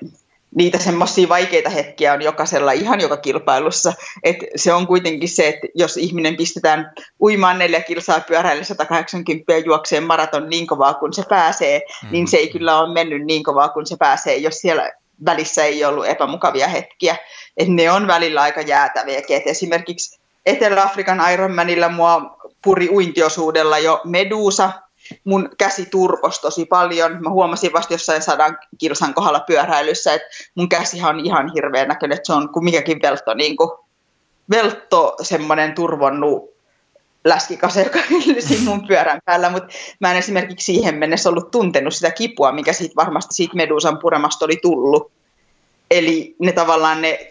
niitä semmoisia vaikeita hetkiä on jokaisella ihan joka kilpailussa. Et se on kuitenkin se, että jos ihminen pistetään uimaan neljä kilsaa pyöräille sata kahdeksankymmentä ja juokseen maraton niin kovaa kuin se pääsee, mm. niin se ei kyllä ole mennyt niin kovaa kuin se pääsee, jos siellä välissä ei ollut epämukavia hetkiä. Et ne on välillä aika jäätäviäkin. Et esimerkiksi Etelä-Afrikan Ironmanilla mua puri uintiosuudella jo medusa. Mun käsi turposi tosi paljon. Mä huomasin vasta jossain sadan kilsan kohdalla pyöräilyssä, että mun käsihän on ihan hirveän näköinen, että se on kuin mikäkin veltto, niin kuin, veltto semmoinen turvonnut läskikase, joka hyllysi mun pyörän päällä, mutta mä en esimerkiksi siihen mennessä ollut tuntenut sitä kipua, mikä siitä varmasti siitä medusan puremasta oli tullut. Eli ne tavallaan ne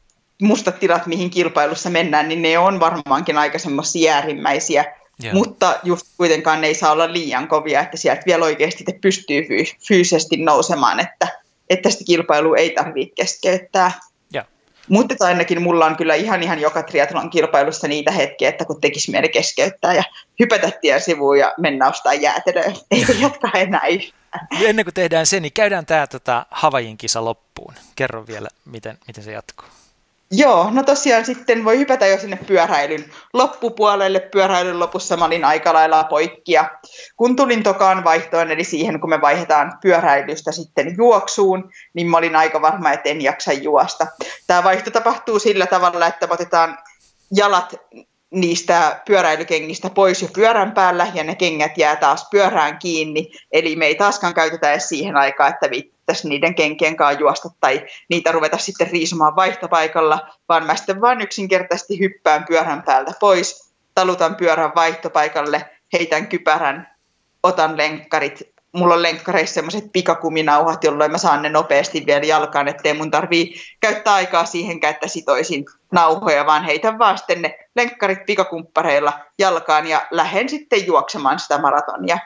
mustat tilat, mihin kilpailussa mennään, niin ne on varmaankin aika semmoisia äärimmäisiä. Yeah. Mutta just kuitenkaan ne ei saa olla liian kovia, että sieltä vielä oikeasti te pystyy fyys- fyysisesti nousemaan, että, että sitä kilpailua ei tarvitse keskeyttää. Yeah. Mutta ainakin mulla on kyllä ihan, ihan joka triathlon kilpailussa niitä hetkiä, että kun tekisi mieli keskeyttää ja hypätä tien sivuun ja mennä ostaa jäätelöä, ei jatka enää yhtään. Ennen kuin tehdään se, niin käydään tämä tota, Havaijin kisa loppuun. Kerro vielä, miten, miten se jatkuu. Joo, no tosiaan sitten voi hypätä jo sinne pyöräilyn loppupuolelle. Pyöräilyn lopussa mä olin aika lailla poikki ja kun tulin tokaan vaihtoon, eli siihen kun me vaihdetaan pyöräilystä sitten juoksuun, niin mä olin aika varma, että en jaksa juosta. Tämä vaihto tapahtuu sillä tavalla, että me otetaan jalat niistä pyöräilykengistä pois jo pyörän päällä ja ne kengät jää taas pyörään kiinni. Eli me ei taaskaan käytetä edes siihen aikaan, että viittäisi niiden kenkien kanssa juosta tai niitä ruveta sitten riisumaan vaihtopaikalla, vaan mä sitten vaan yksinkertaisesti hyppään pyörän päältä pois, talutan pyörän vaihtopaikalle, heitän kypärän, otan lenkkarit. Mulla on lenkkareissa sellaiset pikakuminauhat, jolloin mä saan ne nopeasti vielä jalkaan, ettei mun tarvii käyttää aikaa siihenkään, että sitoisin nauhoja, vaan heitän vaan sitten ne lenkkarit pikakumppareilla jalkaan ja lähden sitten juoksemaan sitä maratonia.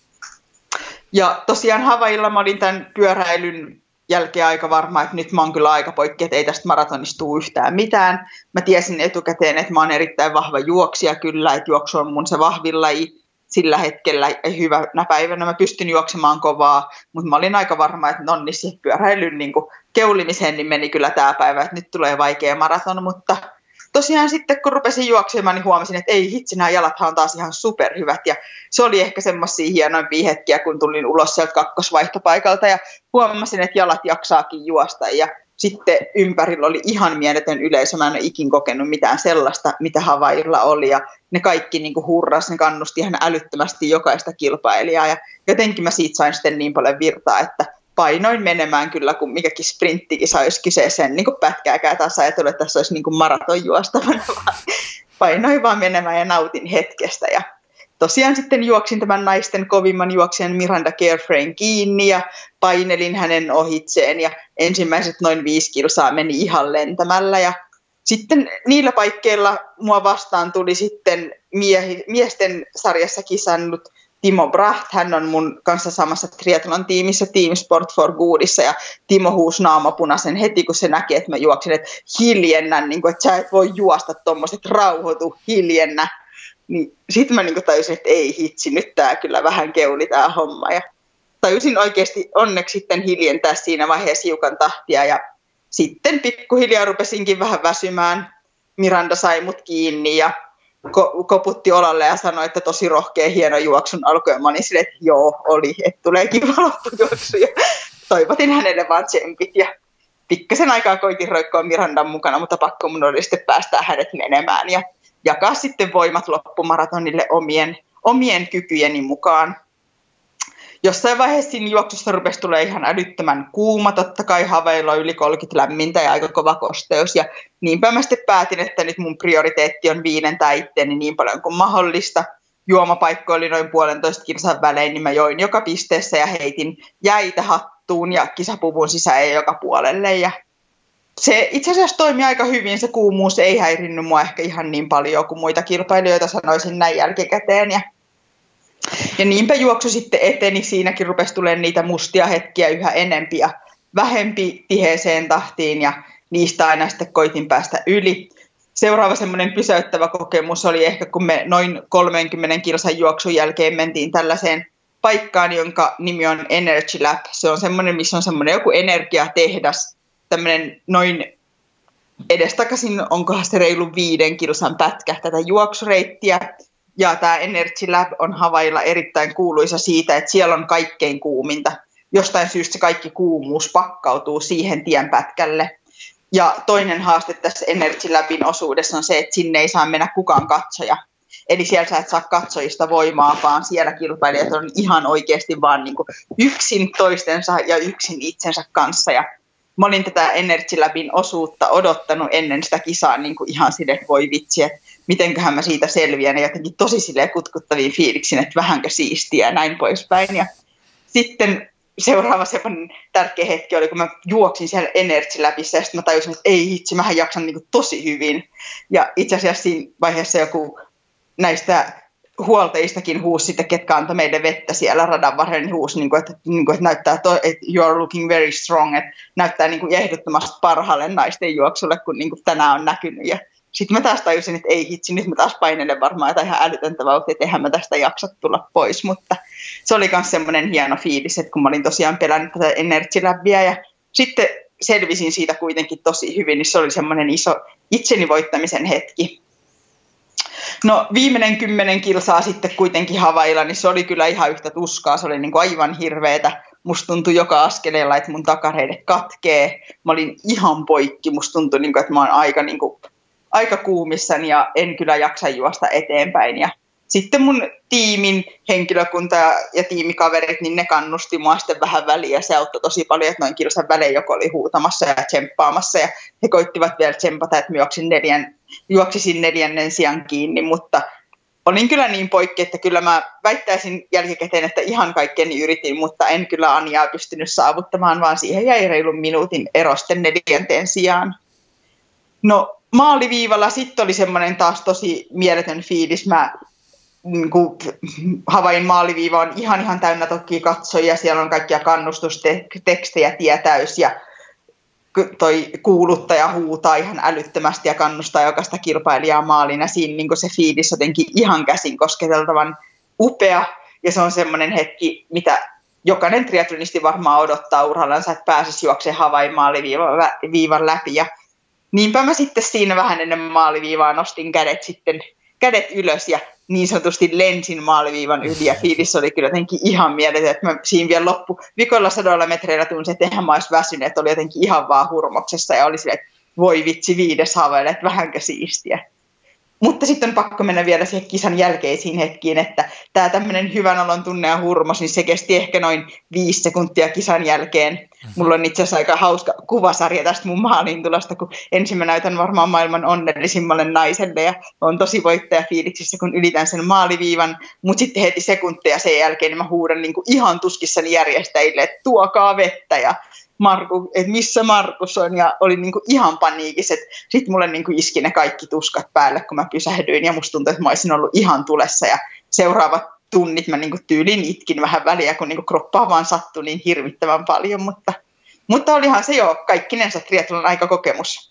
Ja tosiaan Havaijilla mä olin tämän pyöräilyn jälkeen aika varma, että nyt mä oon kyllä aika poikki, että ei tästä maratonista tule yhtään mitään. Mä tiesin etukäteen, että mä oon erittäin vahva juoksija kyllä, että juoksu on mun se vahvin laji. Sillä hetkellä hyvänä päivänä mä pystyn juoksemaan kovaa, mutta mä olin aika varma, että nonni siihen pyöräilyn niin keulimiseen niin meni kyllä tämä päivä, että nyt tulee vaikea maraton, mutta tosiaan sitten kun rupesin juoksemaan, niin huomasin, että ei hitsi, nämä jalathan on taas ihan superhyvät ja se oli ehkä semmoisia hienoimpia hetkiä, kun tulin ulos sieltä kakkosvaihtopaikalta ja huomasin, että jalat jaksaakin juosta ja sitten ympärillä oli ihan mieletön yleisö. Mä en ole ikin kokenut mitään sellaista, mitä Havaijilla oli. Ja ne kaikki niin kuin hurras, ne kannusti ihan älyttömästi jokaista kilpailijaa. Ja jotenkin mä siitä sain sitten niin paljon virtaa, että painoin menemään kyllä, kun mikäkin sprinttikin saisi kyseeseen. Niin kuin pätkääkään taas ajatellut, että tässä olisi niin kuin maraton juostavana, vaan painoin vaan menemään ja nautin hetkestä. Ja tosiaan sitten juoksin tämän naisten kovimman juoksijan Miranda Carefrayn kiinni ja painelin hänen ohitseen ja ensimmäiset noin viisi kilsaa meni ihan lentämällä ja sitten niillä paikkeilla mua vastaan tuli sitten miehi, miesten sarjassa kisannut Timo Bracht. Hän on mun kanssa samassa triathlon tiimissä Team Sport for Goodissa ja Timo huusi naamapunaisen heti kun se näki, että mä juoksin, että hiljennä, niin kuin, että sä et voi juosta tuommoiset, rauhoitu, hiljennä. Niin sitten mä niinku tajusin, että ei hitsi, nyt tää kyllä vähän keuli tää homma. Ja tajusin oikeasti onneksi sitten hiljentää siinä vaiheessa hiukan tahtia. Ja sitten pikkuhiljaa rupesinkin vähän väsymään. Miranda sai mut kiinni ja ko- koputti olalle ja sanoi, että tosi rohkea, hieno juoksun alku. Ja mä olin silleen, että joo, oli, että tulee kiva loppujuoksu. Ja toivotin hänelle vaan tsempit. Ja pikkasen aikaa koitin roikkoa Mirandan mukana, mutta pakko mun oli sitten päästää hänet menemään. Ja jakaa sitten voimat loppumaratonille omien, omien kykyjeni mukaan. Jossain vaiheessa siinä juoksussa rupesi tulee ihan älyttömän kuuma. Totta kai Havaijilla on yli kolmekymmentä lämmintä ja aika kova kosteus. Ja niinpä mä sitten päätin, että nyt mun prioriteetti on viinentää itteeni niin paljon kuin mahdollista. Juomapaikko oli noin puolentoista kilsan välein, niin mä join joka pisteessä ja heitin jäitä hattuun ja kisapuvun sisään joka puolelle. Ja se itse asiassa toimi aika hyvin, se kuumuus ei häirinnyt mua ehkä ihan niin paljon kuin muita kilpailijoita, sanoisin näin jälkikäteen. Ja, ja niinpä juoksu sitten eteni, siinäkin rupesi tulemaan niitä mustia hetkiä yhä enempi ja vähempi tiheeseen tahtiin ja niistä aina sitten koitin päästä yli. Seuraava semmoinen pysäyttävä kokemus oli ehkä, kun me noin kolmenkymmenen kilsan juoksun jälkeen mentiin tällaiseen paikkaan, jonka nimi on Energy Lab. Se on semmoinen, missä on semmoinen joku energiatehdas, tämmöinen noin edestakaisin, onkohan se reilu viiden kilsan pätkä tätä juoksureittiä. Ja tämä Energy Lab on Havailla erittäin kuuluisa siitä, että siellä on kaikkein kuuminta. Jostain syystä se kaikki kuumuus pakkautuu siihen tienpätkälle. Ja toinen haaste tässä Energy Labin osuudessa on se, että sinne ei saa mennä kukaan katsoja. Eli siellä sä et saa katsojista voimaa, vaan siellä kilpailijat on ihan oikeasti vaan niin kuin yksin toistensa ja yksin itsensä kanssa. Ja mä olin tätä Energy Labin osuutta odottanut ennen sitä kisaa niin kuin ihan sille, että voi vitsi, että mitenköhän mä siitä selviän. Ja jotenkin tosi silleen kutkuttaviin fiiliksin, että vähänkö siistiä ja näin poispäin. Ja sitten seuraava semmoinen tärkeä hetki oli, kun mä juoksin siellä Energy Labissa ja sitten mä tajusin, että ei itse, mähän jaksan niin kuin tosi hyvin. Ja itse asiassa siinä vaiheessa joku näistä huoltajistakin huusi sitten, ketkä antoi meille vettä siellä radan varrella, niin huusi, niin kuin, että, niin kuin, että näyttää, to, että you are looking very strong, että näyttää niin kuin ehdottomasti parhaalle naisten juoksulle, kun niin kuin tänään on näkynyt. Ja sitten mä taas tajusin, että ei hitsi, nyt mä taas painelen varmaan jotain ihan älytöntä vauhtia, että eihän mä tästä jaksa tulla pois, mutta se oli myös semmoinen hieno fiilis, että kun mä olin tosiaan pelännyt tätä Energy Labia ja sitten selvisin siitä kuitenkin tosi hyvin, niin se oli semmoinen iso itseni voittamisen hetki. No viimeinen kymmenen kilsaa sitten kuitenkin Havailla, niin se oli kyllä ihan yhtä tuskaa, se oli niin kuin aivan hirveetä. Musta tuntui joka askeleella, että mun takareide katkee. Mä olin ihan poikki, musta tuntui, niin kuin, että mä oon aika, niin kuin, aika kuumissani ja en kyllä jaksa juosta eteenpäin. Ja sitten mun tiimin henkilökunta ja tiimikaverit, niin ne kannusti mua sitten vähän väliin ja se auttoi tosi paljon, että noin kilsan välein joku oli huutamassa ja tsemppaamassa ja he koittivat vielä tsemppata, että mä juoksin neljän, juoksisin neljännen sijan kiinni, mutta olin kyllä niin poikki, että kyllä mä väittäisin jälkikäteen, että ihan kaikkeni yritin, mutta en kyllä Anjaa pystynyt saavuttamaan, vaan siihen jäi reilun minuutin ero sitten neljänteen sijaan. No maaliviivalla sitten oli semmoinen taas tosi mieletön fiilis. Mä niin kuin Havain maaliviiva on ihan ihan täynnä toki katsojia, siellä on kaikkia kannustustekstejä tietäys ja toi kuuluttaja huutaa ihan älyttömästi ja kannustaa jokaista kilpailijaa maaliin ja siinä niin kuin se fiilis jotenkin ihan käsin kosketeltavan upea ja se on semmoinen hetki, mitä jokainen triatlonisti varmaan odottaa urallansa, että pääsisi juoksemaan Havain maaliviivan läpi ja niinpä mä sitten siinä vähän ennen maaliviivaa nostin kädet sitten kädet ylös ja niin sanotusti lensin maaliviivan yli ja fiilis oli kyllä jotenkin ihan mieletön, että mä siinä vielä loppu vikolla sadoilla metreillä tunsin, että eihän mä olisi väsynyt, että oli jotenkin ihan vaan hurmoksessa ja oli silleen, että voi vitsi viides Havaille, että vähänkö siistiä. Mutta sitten on pakko mennä vielä siihen kisan jälkeisiin hetkiin, että tämä tämmöinen hyvän olon tunne ja hurmos, niin se kesti ehkä noin viisi sekuntia kisan jälkeen. Mulla on itse asiassa aika hauska kuvasarja tästä mun maalintulosta, kun ensin mä näytän varmaan maailman onnellisimmalle naiselle ja on tosi voittajafiiliksissä, kun ylitän sen maaliviivan, mutta sitten heti sekuntia sen jälkeen niin mä huudan niin kuin ihan tuskissani järjestäjille, että tuokaa vettä ja Marku, että missä Markus on, ja olin niinku ihan paniikissa, että sitten mulle niinku iski ne kaikki tuskat päälle, kun mä pysähdyin, ja musta tuntui, että mä olisin ollut ihan tulessa, ja seuraavat tunnit mä niinku tyylin itkin vähän väliä, kun niinku kroppaa vaan sattui niin hirvittävän paljon, mutta, mutta olihan se jo kaikkinensa triathlon aikakokemus.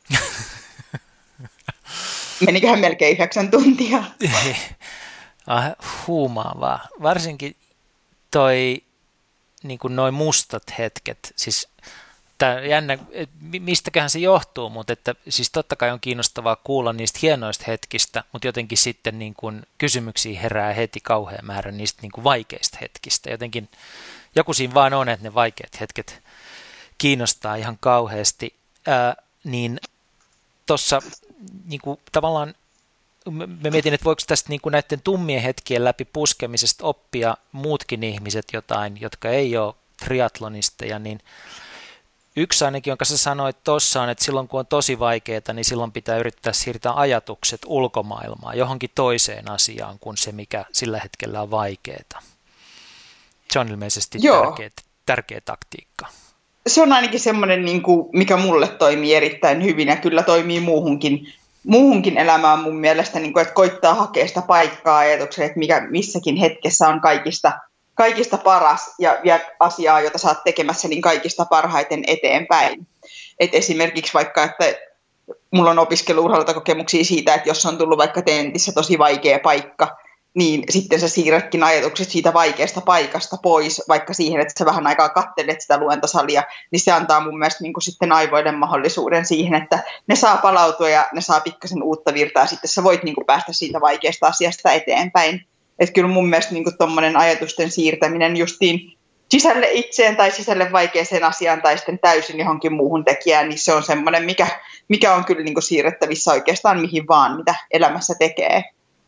Meniköhän melkein yhdeksän tuntia. Ah, huumaavaa. Varsinkin toi niin kuin noin mustat hetket, siis tää jännä, mistäköhän se johtuu, mutta että siis totta kai on kiinnostavaa kuulla niistä hienoista hetkistä, mutta jotenkin sitten niin kuin kysymyksiä herää heti kauhean määrä niistä niin kuin vaikeista hetkistä. Jotenkin joku siinä vaan on, että ne vaikeat hetket kiinnostaa ihan kauheasti, ää, niin tuossa niin kuin tavallaan mä mietin, että voiko tästä niin kuin näiden tummien hetkien läpi puskemisesta oppia muutkin ihmiset jotain, jotka ei ole triatlonisteja, niin yksi ainakin, jonka sä sanoit tuossa on, että silloin kun on tosi vaikeaa, niin silloin pitää yrittää siirtää ajatukset ulkomaailmaan, johonkin toiseen asiaan kuin se, mikä sillä hetkellä on vaikeaa. Se on ilmeisesti tärkeä, tärkeä taktiikka. Se on ainakin semmoinen, niin kuin, mikä mulle toimii erittäin hyvin ja kyllä toimii muuhunkin. Muuhunkin elämään mun mielestä, niin kuin, että koittaa hakea sitä paikkaa ajatukseen, että mikä missäkin hetkessä on kaikista, kaikista paras ja vie asiaa, jota sä oot tekemässä, niin kaikista parhaiten eteenpäin. Et esimerkiksi vaikka, että mulla on opiskelu-urheilukokemuksia siitä, että jos on tullut vaikka tentissä tosi vaikea paikka, niin sitten sä siirrätkin ajatukset siitä vaikeasta paikasta pois, vaikka siihen, että sä vähän aikaa kattelet sitä luentosalia, niin se antaa mun mielestä niin kuin sitten aivoille mahdollisuuden siihen, että ne saa palautua ja ne saa pikkasen uutta virtaa, ja sitten sä voit niin kuin päästä siitä vaikeasta asiasta eteenpäin. Että kyllä mun mielestä niin kuin tommoinen ajatusten siirtäminen justiin sisälle itseen tai sisälle vaikeaseen asiaan tai sitten täysin johonkin muuhun tekijään, niin se on semmoinen, mikä, mikä on kyllä niin kuin siirrettävissä oikeastaan mihin vaan, mitä elämässä tekee.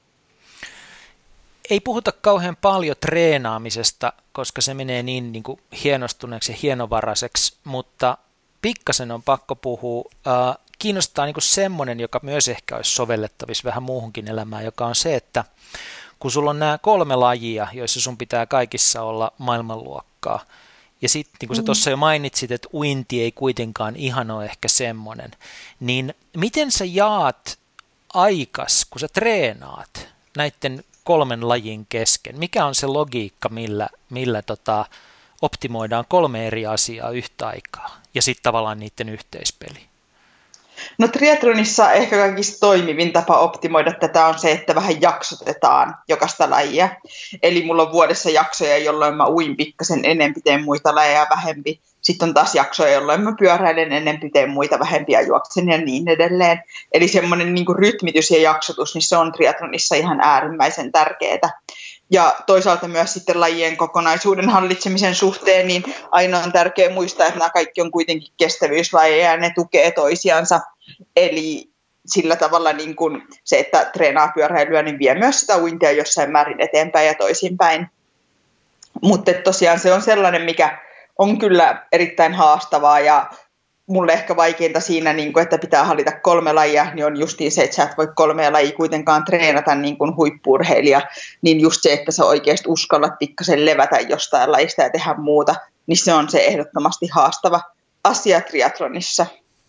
Ei puhuta kauhean paljon treenaamisesta, koska se menee niin, niin kuin hienostuneeksi ja hienovaraiseksi, mutta pikkasen on pakko puhua. Äh, kiinnostaa niin kuin semmoinen, joka myös ehkä olisi sovellettavissa vähän muuhunkin elämään, joka on se, että kun sulla on nämä kolme lajia, joissa sun pitää kaikissa olla maailmanluokkaa, ja sitten niin kuin sä tuossa jo mainitsit, että uinti ei kuitenkaan ihan ole ehkä semmoinen, niin miten sä jaat aikas, kun sä treenaat näiden kolmen lajin kesken? Mikä on se logiikka, millä, millä tota, optimoidaan kolme eri asiaa yhtä aikaa ja sitten tavallaan niiden yhteispeli? No triathlonissa ehkä kaikista toimivin tapa optimoida tätä on se, että vähän jaksotetaan jokaista lajia. Eli mulla on vuodessa jaksoja, jolloin mä uin pikkasen enempi, teen muita lajeja vähempi. Sitten on taas jaksoja, jolloin mä pyöräilen enempi, teen muita vähempiä, juoksen ja niin edelleen. Eli semmoinen niin kuin rytmitys ja jaksotus, niin se on triathlonissa ihan äärimmäisen tärkeää. Ja toisaalta myös sitten lajien kokonaisuuden hallitsemisen suhteen, niin aina on tärkeää muistaa, että nämä kaikki on kuitenkin kestävyyslajeja ja ne tukee toisiansa. Eli sillä tavalla niin kuin se, että treenaa pyöräilyä, niin vie myös sitä uintia jossain määrin eteenpäin ja toisinpäin. Mutta tosiaan se on sellainen, mikä on kyllä erittäin haastavaa ja mulle ehkä vaikeinta siinä, että pitää hallita kolme lajia, niin on justiin se, että sä et voi kolmea lajia kuitenkaan treenata niin kuin huippu-urheilija, niin just se, että sä oikeasti uskallat pikkasen levätä jostain lajista ja tehdä muuta, niin se on se ehdottomasti haastava asia triathlonissa.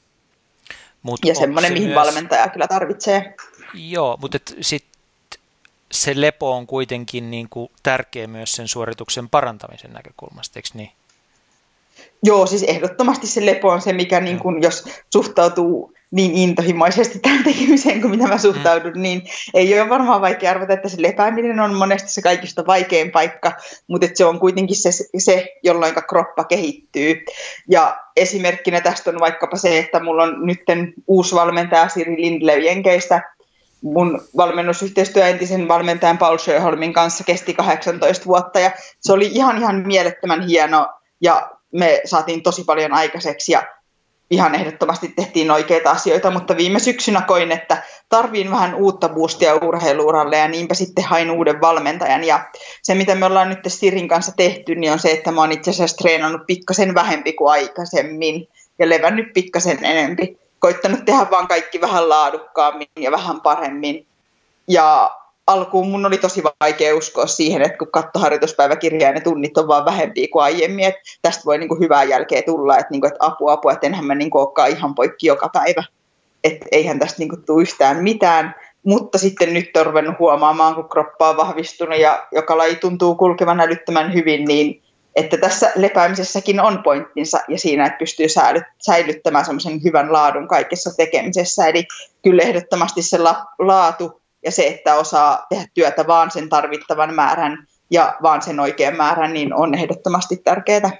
Mut ja semmoinen, se mihin myös valmentaja kyllä tarvitsee. Joo, mutta sitten se lepo on kuitenkin niin kuin tärkeä myös sen suorituksen parantamisen näkökulmasta, eikö niin? Joo, siis ehdottomasti se lepo on se, mikä niin kun, jos suhtautuu niin intohimoisesti tämän tekemiseen kuin mitä mä suhtaudun, mm. niin ei ole varmaan vaikea arvata, että se lepääminen on monesti se kaikista vaikein paikka, mutta se on kuitenkin se, se, jolloin kroppa kehittyy. Ja esimerkkinä tästä on vaikkapa se, että mulla on nyt uusi valmentaja Siri Lindlöw Jenkeistä. Mun valmennusyhteistyö entisen valmentajan Paul Sjöholmin kanssa kesti kahdeksantoista vuotta ja se oli ihan ihan mielettömän hieno ja me saatiin tosi paljon aikaiseksi ja ihan ehdottomasti tehtiin oikeita asioita, mutta viime syksynä koin, että tarviin vähän uutta boostia urheiluuralle ja niinpä sitten hain uuden valmentajan. Ja se, mitä me ollaan nyt Sirin kanssa tehty, niin on se, että mä oon itse asiassa treenannut pikkasen vähempi kuin aikaisemmin ja levännyt pikkasen enempi. Koittanut tehdä vaan kaikki vähän laadukkaammin ja vähän paremmin. Ja alkuun mun oli tosi vaikea uskoa siihen, että kun katsoi harjoituspäiväkirjaa, ne tunnit on vaan vähempiä kuin aiemmin, että tästä voi niin kuin hyvää jälkeä tulla, että, niin kuin, että apua, apua, että enhän mä niin kuin olekaan ihan poikki joka päivä, että eihän tästä niin kuin tule yhtään mitään, mutta sitten nyt on ruvennut huomaamaan, kun kroppa on vahvistunut ja joka laji tuntuu kulkevan älyttömän hyvin, niin että tässä lepäämisessäkin on pointtinsa ja siinä, että pystyy säilyttämään semmoisen hyvän laadun kaikessa tekemisessä, eli kyllä ehdottomasti se la- laatu ja se, että osaa tehdä työtä vaan sen tarvittavan määrän ja vaan sen oikean määrän, niin on ehdottomasti tärkeää.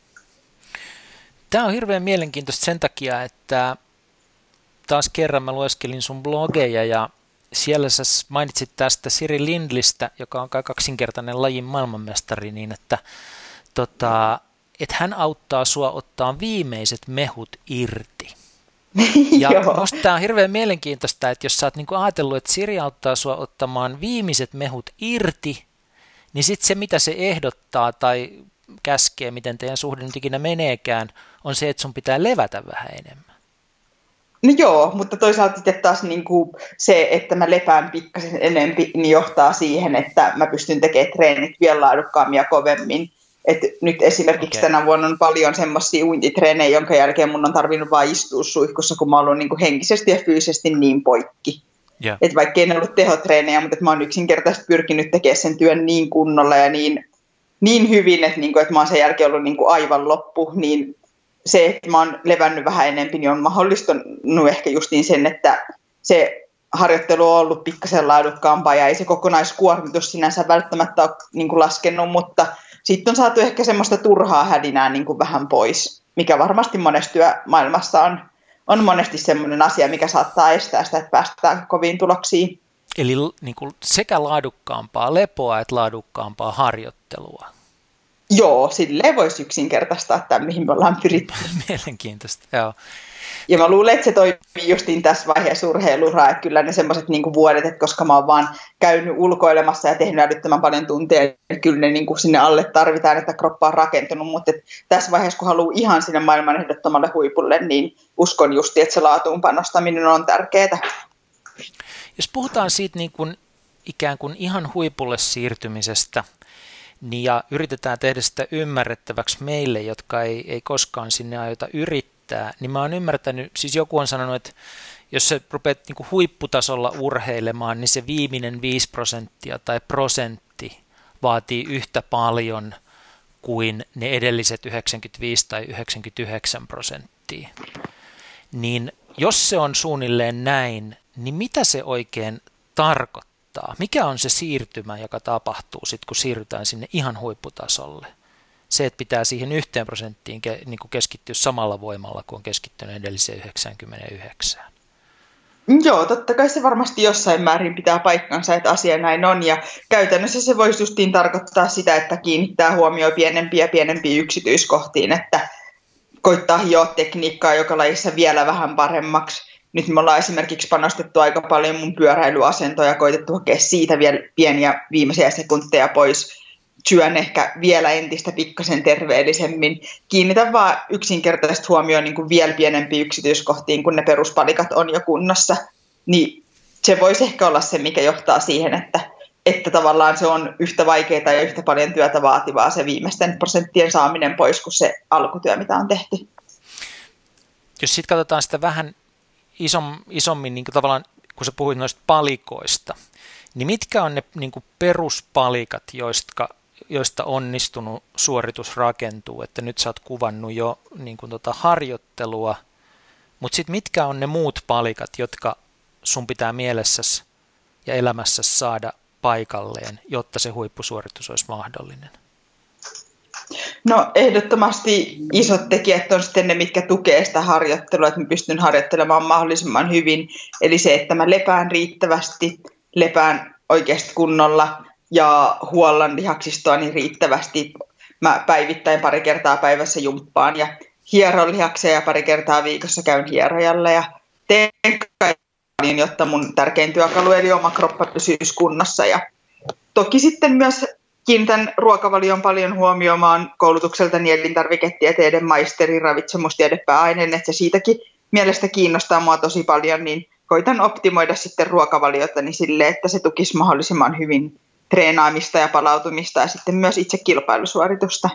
Tämä on hirveän mielenkiintoista sen takia, että taas kerran mä lueskelin sun blogeja ja siellä sä mainitsit tästä Siri Lindlistä, joka on kaksinkertainen lajin maailmanmestari, niin että, tota, että hän auttaa sua ottaa viimeiset mehut irti. Ja musta tämä on hirveän mielenkiintoista, että jos sä oot niinku ajatellut, että Siri auttaa sua ottamaan viimeiset mehut irti, niin sitten se, mitä se ehdottaa tai käskee, miten teidän suhde nyt ikinä meneekään, on se, että sun pitää levätä vähän enemmän. No joo, mutta toisaalta sitten taas niin kuin se, että mä lepään pikkasen enempi, niin johtaa siihen, että mä pystyn tekemään treenit vielä laadukkaammin ja kovemmin. Et nyt esimerkiksi okay. tänä vuonna on paljon semmoisia uintitreenejä, jonka jälkeen mun on tarvinnut vaan istua suihkussa, kun mä oon ollut niin kuin henkisesti ja fyysisesti niin poikki. Yeah. Et vaikka ei ollut tehotreenejä, mutta mä oon yksinkertaisesti pyrkinyt tekemään sen työn niin kunnolla ja niin, niin hyvin, että, niin kuin, että mä oon sen jälkeen ollut niin kuin aivan loppu, niin se, että mä oon levännyt vähän enemmän, niin on mahdollistanut ehkä justiin sen, että se harjoittelu on ollut pikkasen laadukkaampaa ja ei se kokonaiskuormitus sinänsä välttämättä ole niin kuin laskenut, mutta sitten on saatu ehkä semmoista turhaa hädinää niin kuin vähän pois, mikä varmasti monessa työmaailmassa on, on monesti semmoinen asia, mikä saattaa estää sitä, että päästään koviin tuloksiin. Eli niin kuin sekä laadukkaampaa lepoa että laadukkaampaa harjoittelua. Joo, silleen voisi yksinkertaistaa tämän, mihin me ollaan pyritty. Mielenkiintoista, joo. Ja mä luulen, että se toimii justiin tässä vaiheessa urheiluraa, että kyllä ne semmoiset niinku vuodet, että koska mä oon vaan käynyt ulkoilemassa ja tehnyt älyttömän paljon tunteja, niin kyllä ne niinku sinne alle tarvitaan, että kroppa on rakentunut, mutta tässä vaiheessa, kun haluaa ihan sinne maailman ehdottomalle huipulle, niin uskon justiin, että se laatuun panostaminen on tärkeää. Jos puhutaan siitä niin kuin ikään kuin ihan huipulle siirtymisestä, niin ja yritetään tehdä sitä ymmärrettäväksi meille, jotka ei, ei koskaan sinne aiota yrittää, niin mä oon ymmärtänyt, siis joku on sanonut, että jos sä rupeat niin kuin huipputasolla urheilemaan, niin se viimeinen viisi prosenttia tai prosentti vaatii yhtä paljon kuin ne edelliset yhdeksänkymmentäviisi tai yhdeksänkymmentäyhdeksän prosenttia. Niin jos se on suunnilleen näin, niin mitä se oikein tarkoittaa? Mikä on se siirtymä, joka tapahtuu sitten, kun siirrytään sinne ihan huipputasolle? Se, että pitää siihen yhteen prosenttiin ke, niin kuin keskittyä samalla voimalla, kun on keskittynyt edelliseen yhdeksänkymmentäyhdeksän. Joo, totta kai se varmasti jossain määrin pitää paikkansa, että asia näin on. Ja käytännössä se voisi justiin tarkoittaa sitä, että kiinnittää huomioon pienempiä ja pienempiin yksityiskohtiin, että koittaa hioa tekniikkaa joka lajissa vielä vähän paremmaksi. Nyt me ollaan esimerkiksi panostettu aika paljon mun pyöräilyasentoja ja koitettu hakea siitä vielä pieniä viimeisiä sekunteja pois. Syön ehkä vielä entistä pikkasen terveellisemmin. Kiinnitän vaan yksinkertaisesti huomioon niin kuin vielä pienempiin yksityiskohtiin, kun ne peruspalikat on jo kunnossa. Niin se voisi ehkä olla se, mikä johtaa siihen, että, että tavallaan se on yhtä vaikeaa ja yhtä paljon työtä vaativaa se viimeisten prosenttien saaminen pois kuin se alkutyö, mitä on tehty. Jos sitten katsotaan sitä vähän isom, isommin, niin kuin tavallaan, kun sä puhuit noista palikoista, niin mitkä on ne niin kuin peruspalikat, joista, joista onnistunut suoritus rakentuu, että nyt sä oot kuvannut jo niin kuin tota harjoittelua, mutta sitten mitkä on ne muut palikat, jotka sun pitää mielessäsi ja elämässäsi saada paikalleen, jotta se huippusuoritus olisi mahdollinen? No ehdottomasti isot tekijät on sitten ne, mitkä tukee sitä harjoittelua, että mä pystyn harjoittelemaan mahdollisimman hyvin. Eli se, että mä lepään riittävästi, lepään oikeasti kunnolla ja huollan lihaksistoani riittävästi. Mä päivittäin pari kertaa päivässä jumppaan ja hieron lihaksia ja pari kertaa viikossa käyn hierojalla ja teen kaiken, jotta mun tärkein työkalu eli oma kroppa pysyisi kunnossa. Ja toki sitten myös kiinnitän ruokavalion paljon huomioimaan koulutukseltani elintarviketieteiden maisteri, ravitsemustiedepääaineen, että se siitäkin mielestä kiinnostaa mua tosi paljon, niin koitan optimoida sitten ruokavaliotani silleen, että se tukisi mahdollisimman hyvin treenaamista ja palautumista ja sitten myös itse kilpailusuoritusta.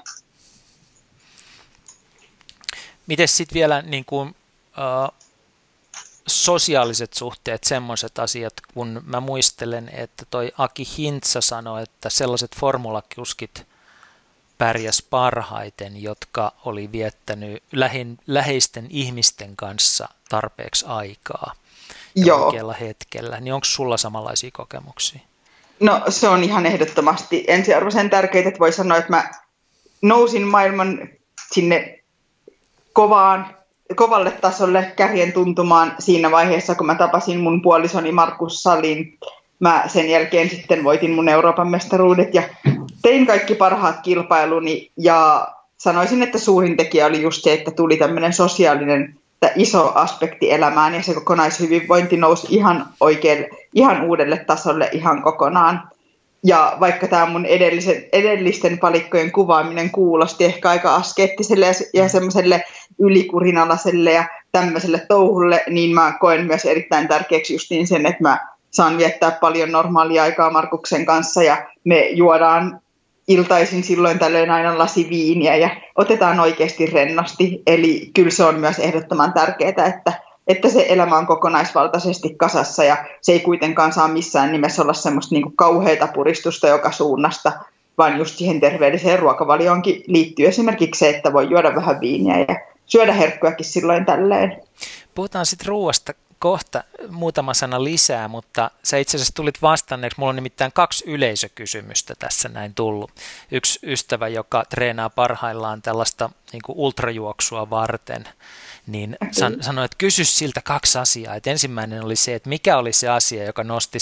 Miten sitten vielä niin kuin, äh, sosiaaliset suhteet, semmoiset asiat, kun mä muistelen, että toi Aki Hintsa sanoi, että sellaiset formulakuskit pärjäs parhaiten, jotka oli viettänyt lähin, läheisten ihmisten kanssa tarpeeksi aikaa ja oikealla hetkellä. Niin onko sulla samanlaisia kokemuksia? No se on ihan ehdottomasti ensiarvoisen tärkeää, että voi sanoa, että mä nousin maailman sinne kovaan kovalle tasolle kärjen tuntumaan siinä vaiheessa, kun mä tapasin mun puolisoni Markus Salin. Mä sen jälkeen sitten voitin mun Euroopan mestaruudet ja tein kaikki parhaat kilpailuni ja sanoisin, että suurin tekijä oli just se, että tuli tämmöinen sosiaalinen iso aspekti elämään ja se kokonaishyvinvointi nousi ihan oikein, ihan uudelle tasolle ihan kokonaan. Ja vaikka tämä mun edellisen, edellisten palikkojen kuvaaminen kuulosti ehkä aika askeettiselle ja, ja semmoiselle ylikurinalaiselle ja tämmöiselle touhulle, niin mä koen myös erittäin tärkeäksi justiin sen, että mä saan viettää paljon normaalia aikaa Markuksen kanssa ja me juodaan iltaisin silloin tällöin aina lasi viiniä ja otetaan oikeasti rennosti. Eli kyllä se on myös ehdottoman tärkeää, että että se elämä on kokonaisvaltaisesti kasassa ja se ei kuitenkaan saa missään nimessä olla semmoista niin kuin kauheata puristusta joka suunnasta, vaan just siihen terveelliseen ruokavalioonkin liittyy esimerkiksi se, että voi juoda vähän viiniä ja syödä herkkuakin silloin tälleen. Puhutaan sitten ruoasta kohta muutama sana lisää, mutta sä itse asiassa tulit vastanneeksi. Mulla on nimittäin kaksi yleisökysymystä tässä näin tullut. Yksi ystävä, joka treenaa parhaillaan tällaista niin kuin ultrajuoksua varten, niin san, sanoi, että kysy siltä kaksi asiaa. Et ensimmäinen oli se, että mikä oli se asia, joka nosti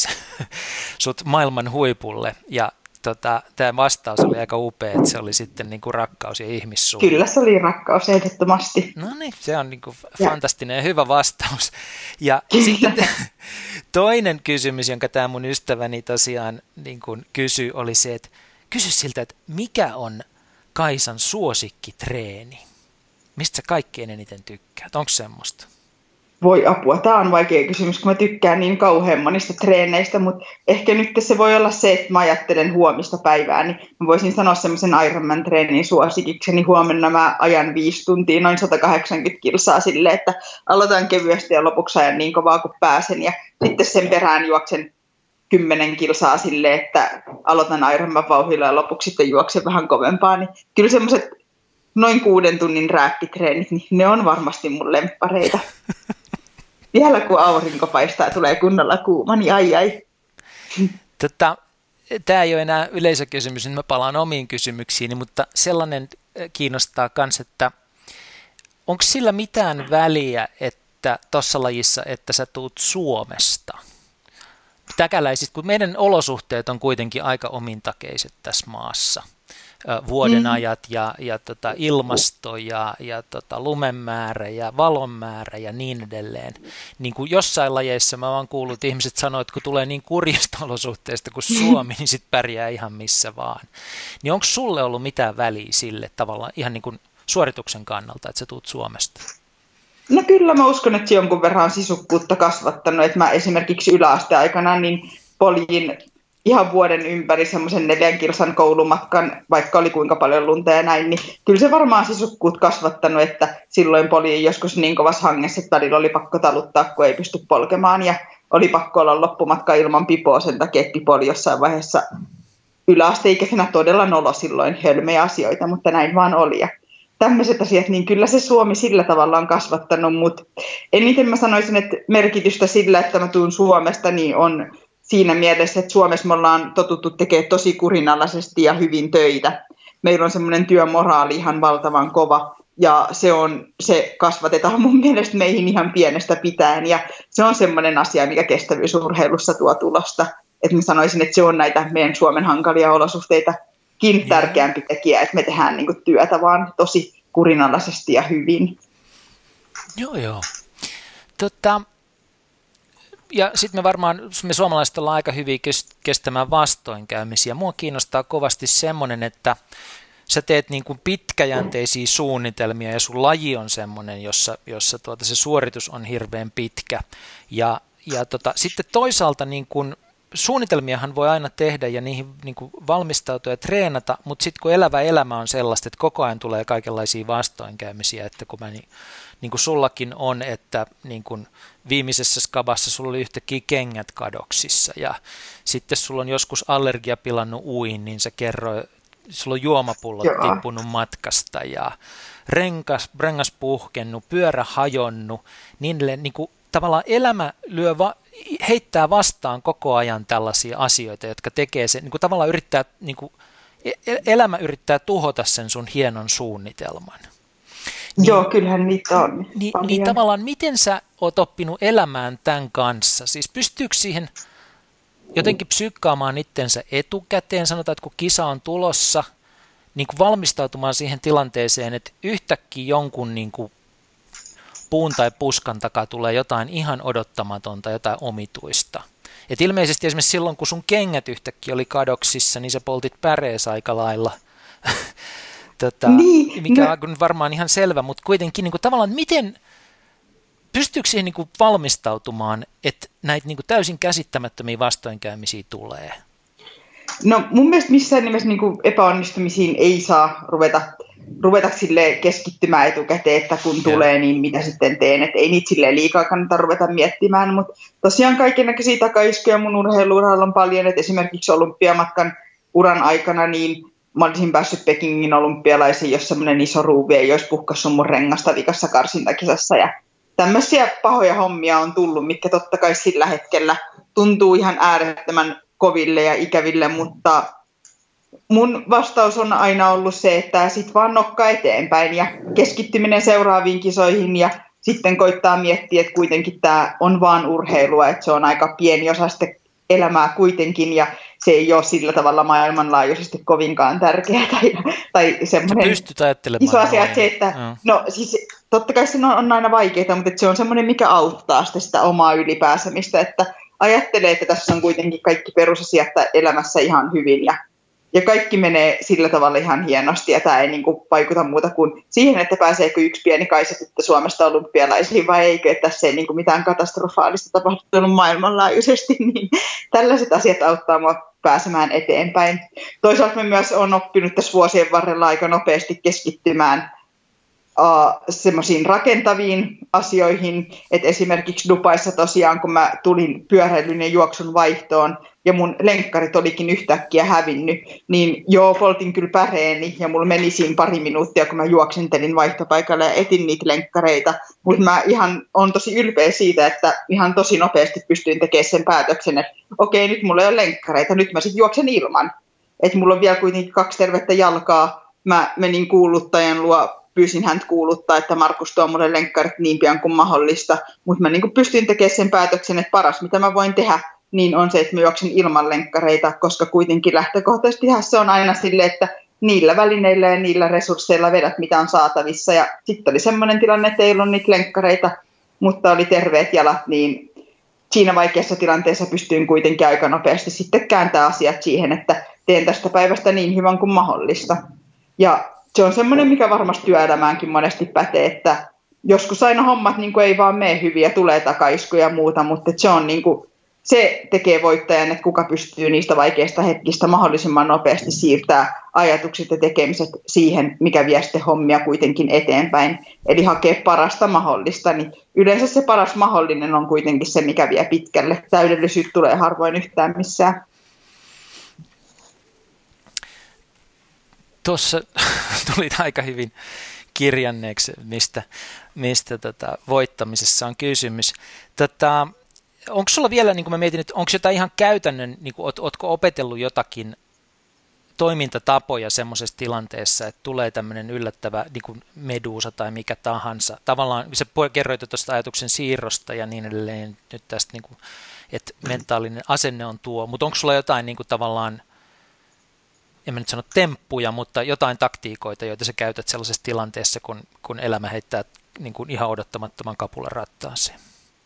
sut maailman huipulle, ja tota, tämä vastaus oli aika upea, että se oli sitten niin kuin rakkaus ja ihmissuhde. Kyllä se oli rakkaus ehdottomasti. No niin, se on niin kuin fantastinen ja hyvä vastaus. Ja sitten toinen kysymys, jonka tämä mun ystäväni tosiaan niin kuin kysyi, oli se, että kysy siltä, että mikä on Kaisan suosikkitreeni? Mistä sä kaikkein eniten tykkäät? Onko semmoista? Voi apua, tämä on vaikea kysymys, kun mä tykkään niin kauhean monista treeneistä, mutta ehkä nyt se voi olla se, että mä ajattelen huomista päivää, niin mä voisin sanoa semmoisen Ironman-treenin suosikikseni. Huomenna mä ajan viisi tuntia, noin sata kahdeksankymmentä kilsaa silleen, että aloitan kevyesti ja lopuksi ajan niin kovaa kuin pääsen, ja sitten sen perään juoksen kymmenen kilsaa silleen, että aloitan Ironman-vauhdilla ja lopuksi sitten juoksen vähän kovempaa, niin kyllä semmoiset noin kuuden tunnin rääkkitreenit, niin ne on varmasti mun lemppareita. Vielä kun aurinko paistaa ja tulee kunnolla kuuma, niin ai ai. Tota, tämä ei ole enää yleisökysymys, niin mä palaan omiin kysymyksiini, mutta sellainen kiinnostaa myös, että onko sillä mitään väliä, että tuossa lajissa, että sä tuut Suomesta? Täkäläiset, kun meidän olosuhteet on kuitenkin aika omintakeiset tässä maassa. Vuodenajat ja, ja tota ilmasto ja, ja tota lumen määrä ja valon määrä ja niin edelleen. Niin kuin jossain lajeissa mä oon kuullut, että ihmiset sanoo, että kun tulee niin kurjista olosuhteista kuin Suomi, niin sit pärjää ihan missä vaan. Niin onko sulle ollut mitään väliä sille tavallaan ihan niin kuin suorituksen kannalta, että sä tuut Suomesta? No kyllä mä uskon, että jonkun verran on sisukkuutta kasvattanut, että mä esimerkiksi yläasteaikana niin poljin ihan vuoden ympäri semmoisen neljän kilsan koulumatkan, vaikka oli kuinka paljon lunta ja näin, niin kyllä se varmaan sisukkuut kasvattanut, että silloin poljin joskus niin kovassa hangessa, että välillä oli pakko taluttaa, kun ei pysty polkemaan, ja oli pakko olla loppumatka ilman pipoa sen takia, että pipo oli jossain vaiheessa yläasteikäisenä todella nolo silloin hölmejä asioita, mutta näin vaan oli. Ja tämmöiset asiat, niin kyllä se Suomi sillä tavalla on kasvattanut, mutta eniten mä sanoisin, että merkitystä sillä, että mä tuun Suomesta, niin on siinä mielessä, että Suomessa me ollaan totuttu tekemään tosi kurinalaisesti ja hyvin töitä. Meillä on semmoinen työmoraali ihan valtavan kova, ja se, on, se kasvatetaan mun mielestä meihin ihan pienestä pitäen, ja se on semmoinen asia, mikä kestävyysurheilussa tuo tulosta. Että mä sanoisin, että se on näitä meidän Suomen hankalia olosuhteitakin tärkeämpi tekijä, että me tehdään niin kuin työtä vaan tosi kurinalaisesti ja hyvin. Joo, joo. Tota... Ja sitten me varmaan, me suomalaiset ollaan aika hyviä kestämään vastoinkäymisiä. Mua kiinnostaa kovasti semmoinen, että sä teet niin kuin pitkäjänteisiä suunnitelmia ja sun laji on semmoinen, jossa, jossa tuota se suoritus on hirveän pitkä. Ja, ja tota, sitten toisaalta niin kuin suunnitelmiahan voi aina tehdä ja niihin niin kuin valmistautua ja treenata, mutta sitten kun elävä elämä on sellaista, että koko ajan tulee kaikenlaisia vastoinkäymisiä, että kun mä niin, niin kuin sullakin on, että niin kuin viimeisessä skabassa sulla oli yhtäkkiä kengät kadoksissa ja sitten sulla on joskus allergia pilannut uin, niin se kerroi, sulla on juomapullot Joo. tippunut matkasta ja rengas, rengas puhkennut, pyörä hajonnut, niin, niin kuin tavallaan elämä lyö va- heittää vastaan koko ajan tällaisia asioita, jotka tekee sen, niin kuin tavallaan yrittää, niin kuin, elämä yrittää tuhota sen sun hienon suunnitelman. Niin, Joo, kyllähän niitä on. Niin, niin tavallaan, miten sä oot oppinut elämään tämän kanssa? Siis pystyykö siihen jotenkin psyykkaamaan itsensä etukäteen, sanotaan, että kun kisa on tulossa, niin kuin valmistautumaan siihen tilanteeseen, että yhtäkkiä jonkun niin kuin puun tai puskan takaa tulee jotain ihan odottamatonta, jotain omituista. Et ilmeisesti esimerkiksi silloin, kun sun kengät yhtäkkiä oli kadoksissa, niin sä poltit pärees aika lailla, tota, niin, mikä no. on varmaan ihan selvä, mutta kuitenkin niin kuin, tavallaan miten, pystyykö siihen niin kuin, valmistautumaan, että näitä niin kuin, täysin käsittämättömiä vastoinkäymisiä tulee? No mun mielestä missään nimessä niin kuin epäonnistumisiin ei saa ruveta ruveta silleen keskittymään etukäteen, että kun tulee, niin mitä sitten teen. Että ei niitä silleen liikaa kannata ruveta miettimään, mutta tosiaan kaikennäköisiä takaiskuja mun urheilu-uralla on paljon, että esimerkiksi olympiamatkan uran aikana, niin mä olisin päässyt Pekingin olympialaisiin, jos semmoinen iso ruuvi ei olisi puhkassut mun rengasta vikassa karsintakisassa, ja tämmöisiä pahoja hommia on tullut, mitkä totta kai sillä hetkellä tuntuu ihan äärettömän koville ja ikäville, mutta mun vastaus on aina ollut se, että sit vaan nokka eteenpäin ja keskittyminen seuraaviin kisoihin ja sitten koittaa miettiä, että kuitenkin tämä on vaan urheilua, että se on aika pieni osa sitä elämää kuitenkin ja se ei ole sillä tavalla maailmanlaajuisesti kovinkaan tärkeää tai, tai semmoinen iso asia, että se, että no. no siis totta kai se on, on aina vaikeaa, mutta se on semmoinen, mikä auttaa sitä, sitä omaa ylipääsemistä, että ajattelee, että tässä on kuitenkin kaikki perusasiat elämässä ihan hyvin ja Ja kaikki menee sillä tavalla ihan hienosti, ja tämä ei niin kuin vaikuta muuta kuin siihen, että pääseekö yksi pieni kaisatyttö Suomesta olympialaisiin vai eikö, että tässä ei niin kuin mitään katastrofaalista tapahtunut maailmanlaajuisesti, niin tällaiset asiat auttaa minua pääsemään eteenpäin. Toisaalta mä myös olen oppinut tässä vuosien varrella aika nopeasti keskittymään uh, semmoisiin rakentaviin asioihin, että esimerkiksi Dubaissa tosiaan, kun mä tulin pyöräilyn ja juoksun vaihtoon, ja mun lenkkarit olikin yhtäkkiä hävinnyt, niin joo, poltin kyllä päreeni, ja mulla meni siinä pari minuuttia, kun mä juoksentelin vaihtopaikalle ja etin niitä lenkkareita, mutta mä ihan on tosi ylpeä siitä, että ihan tosi nopeasti pystyin tekemään sen päätöksen, että okei, nyt mulla ei ole lenkkareita, nyt mä sitten juoksen ilman. Että mulla on vielä kuitenkin kaksi tervettä jalkaa, mä menin kuuluttajan luo, pyysin häntä kuuluttaa, että Markus tuo mulle lenkkarit niin pian kuin mahdollista, mutta mä niin kuin pystyin tekemään sen päätöksen, että paras mitä mä voin tehdä, niin on se, että mä juoksen ilman lenkkareita, koska kuitenkin lähtökohtaisesti se on aina silleen, että niillä välineillä ja niillä resursseilla vedät, mitä on saatavissa. Ja sitten oli semmoinen tilanne, että ei ollut niitä lenkkareita, mutta oli terveet jalat, niin siinä vaikeassa tilanteessa pystyin kuitenkin aika nopeasti sitten kääntämään asiat siihen, että teen tästä päivästä niin hyvän kuin mahdollista. Ja se on semmoinen, mikä varmasti työelämäänkin monesti pätee, että joskus aina hommat niin kuin ei vaan mene hyvin ja tulee takaiskuja ja muuta, mutta se on niin kuin se tekee voittajan, että kuka pystyy niistä vaikeista hetkistä mahdollisimman nopeasti siirtää ajatukset ja tekemiset siihen, mikä vie sitten hommia kuitenkin eteenpäin. Eli hakee parasta mahdollista, niin yleensä se paras mahdollinen on kuitenkin se, mikä vie pitkälle. Täydellisyyttä tulee harvoin yhtään missään. Tuossa tuli aika hyvin kirjanneeksi, mistä, mistä tätä voittamisessa on kysymys. Tätä... Onko sulla vielä, niin kuin mä mietin, että onko jotain ihan käytännön, niin kuin, ootko opetellut jotakin toimintatapoja semmoisessa tilanteessa, että tulee tämmöinen yllättävä niin kuin meduusa tai mikä tahansa. Tavallaan sä kerroit tuosta ajatuksen siirrosta ja niin edelleen, nyt tästä, niin kuin, että mentaalinen asenne on tuo, mutta onko sulla jotain niin kuin, tavallaan, en mä nyt sano temppuja, mutta jotain taktiikoita, joita sä käytät sellaisessa tilanteessa, kun, kun elämä heittää niin kuin ihan odottamattoman kapulan rattaaseen?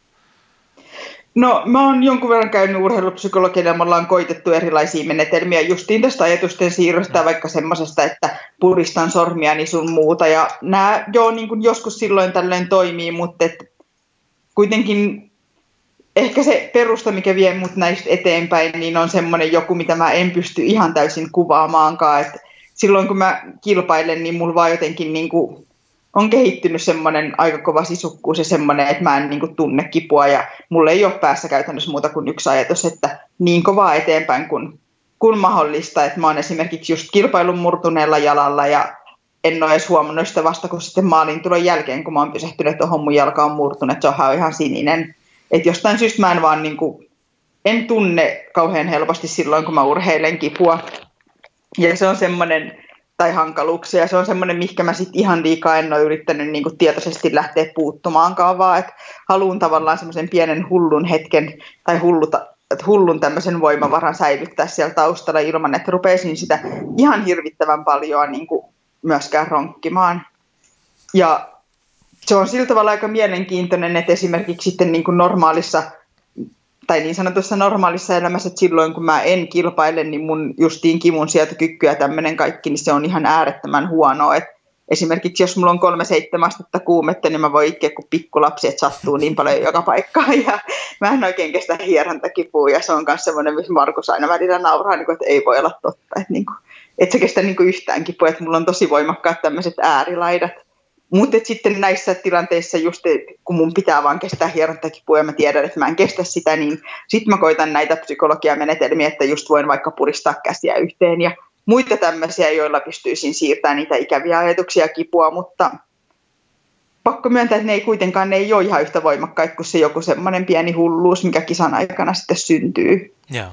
No mä oon jonkun verran käynyt urheilupsykologian ja me ollaan koitettu erilaisia menetelmiä justiin tästä ajatusten siirrosta ja vaikka semmoisesta, että puristan sormiani sun muuta. Ja nämä joo niin kuin joskus silloin tällöin toimii, mutta et kuitenkin ehkä se perusta, mikä vie mut näistä eteenpäin, niin on semmoinen joku, mitä mä en pysty ihan täysin kuvaamaankaan. Et silloin kun mä kilpailen, niin mulla vaan jotenkin niin kuin on kehittynyt semmoinen aika kova sisukkuus ja semmoinen, että mä en niin kuin tunne kipua ja mulla ei ole päässä käytännössä muuta kuin yksi ajatus, että niin kovaa eteenpäin kuin, kuin mahdollista. Että mä oon esimerkiksi just kilpailun murtuneella jalalla ja en ole edes huomannut sitä vasta, kun sitten maaliintulon jälkeen, kun mä oon pysähtynyt, että oho mun jalka on murtunut, että se on ihan sininen. Että jostain syystä mä en vaan niin kuin, en tunne kauhean helposti silloin, kun mä urheilen kipua. Ja se on semmoinen tai hankaluuksia. Ja se on semmoinen, mihinkä mä sitten ihan liikaa en ole yrittänyt niin kuin tietoisesti lähteä puuttumaankaan, vaan että haluan tavallaan semmoisen pienen hullun hetken tai hulluta, hullun tämmöisen voimavaran säilyttää siellä taustalla ilman, että rupeisin sitä ihan hirvittävän paljon niin kuin myöskään ronkkimaan. Ja se on sillä tavalla aika mielenkiintoinen, että esimerkiksi sitten niin kuin normaalissa tai niin sanotussa normaalissa elämässä, että silloin kun mä en kilpaile, niin mun justiin kivun sietokyky ja tämmöinen kaikki, niin se on ihan äärettömän huonoa. Et esimerkiksi jos mulla on kolme seitsemän astetta kuumetta, niin mä voin itkeä kuin pikkulapsi, että sattuu niin paljon joka paikkaan. Ja mä en oikein kestä hierontakipua ja se on myös semmoinen, missä Markus aina välillä nauraa, niin kuin, että ei voi olla totta. Että niin kuin, et se kestä niin kuin yhtään kipua, että mulla on tosi voimakkaat tämmöiset äärilaidat. Mutta sitten näissä tilanteissa, just kun mun pitää vaan kestää hierontakipua ja mä tiedän, että mä en kestä sitä, niin sitten mä koitan näitä psykologiamenetelmiä, että just voin vaikka puristaa käsiä yhteen ja muita tämmöisiä, joilla pystyisin siirtämään niitä ikäviä ajatuksia ja kipua, mutta pakko myöntää, että ne ei kuitenkaan ne ei ole ihan yhtä voimakkaita kuin se joku semmoinen pieni hulluus, mikä kisan aikana sitten syntyy. Joo.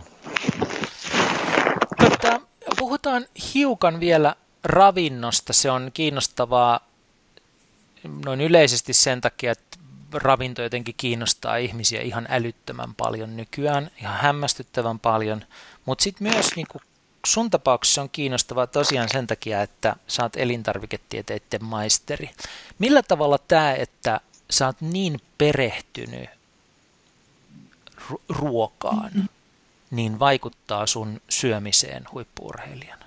Tota, puhutaan hiukan vielä ravinnosta. Se on kiinnostavaa noin yleisesti sen takia, että ravinto jotenkin kiinnostaa ihmisiä ihan älyttömän paljon nykyään, ihan hämmästyttävän paljon, mutta sitten myös niin kuin sun tapauksessa on kiinnostavaa tosiaan sen takia, että sä oot elintarviketieteiden maisteri. Millä tavalla tämä, että sä oot niin perehtynyt ru- ruokaan, mm-hmm. niin vaikuttaa sun syömiseen huippu-urheilijana?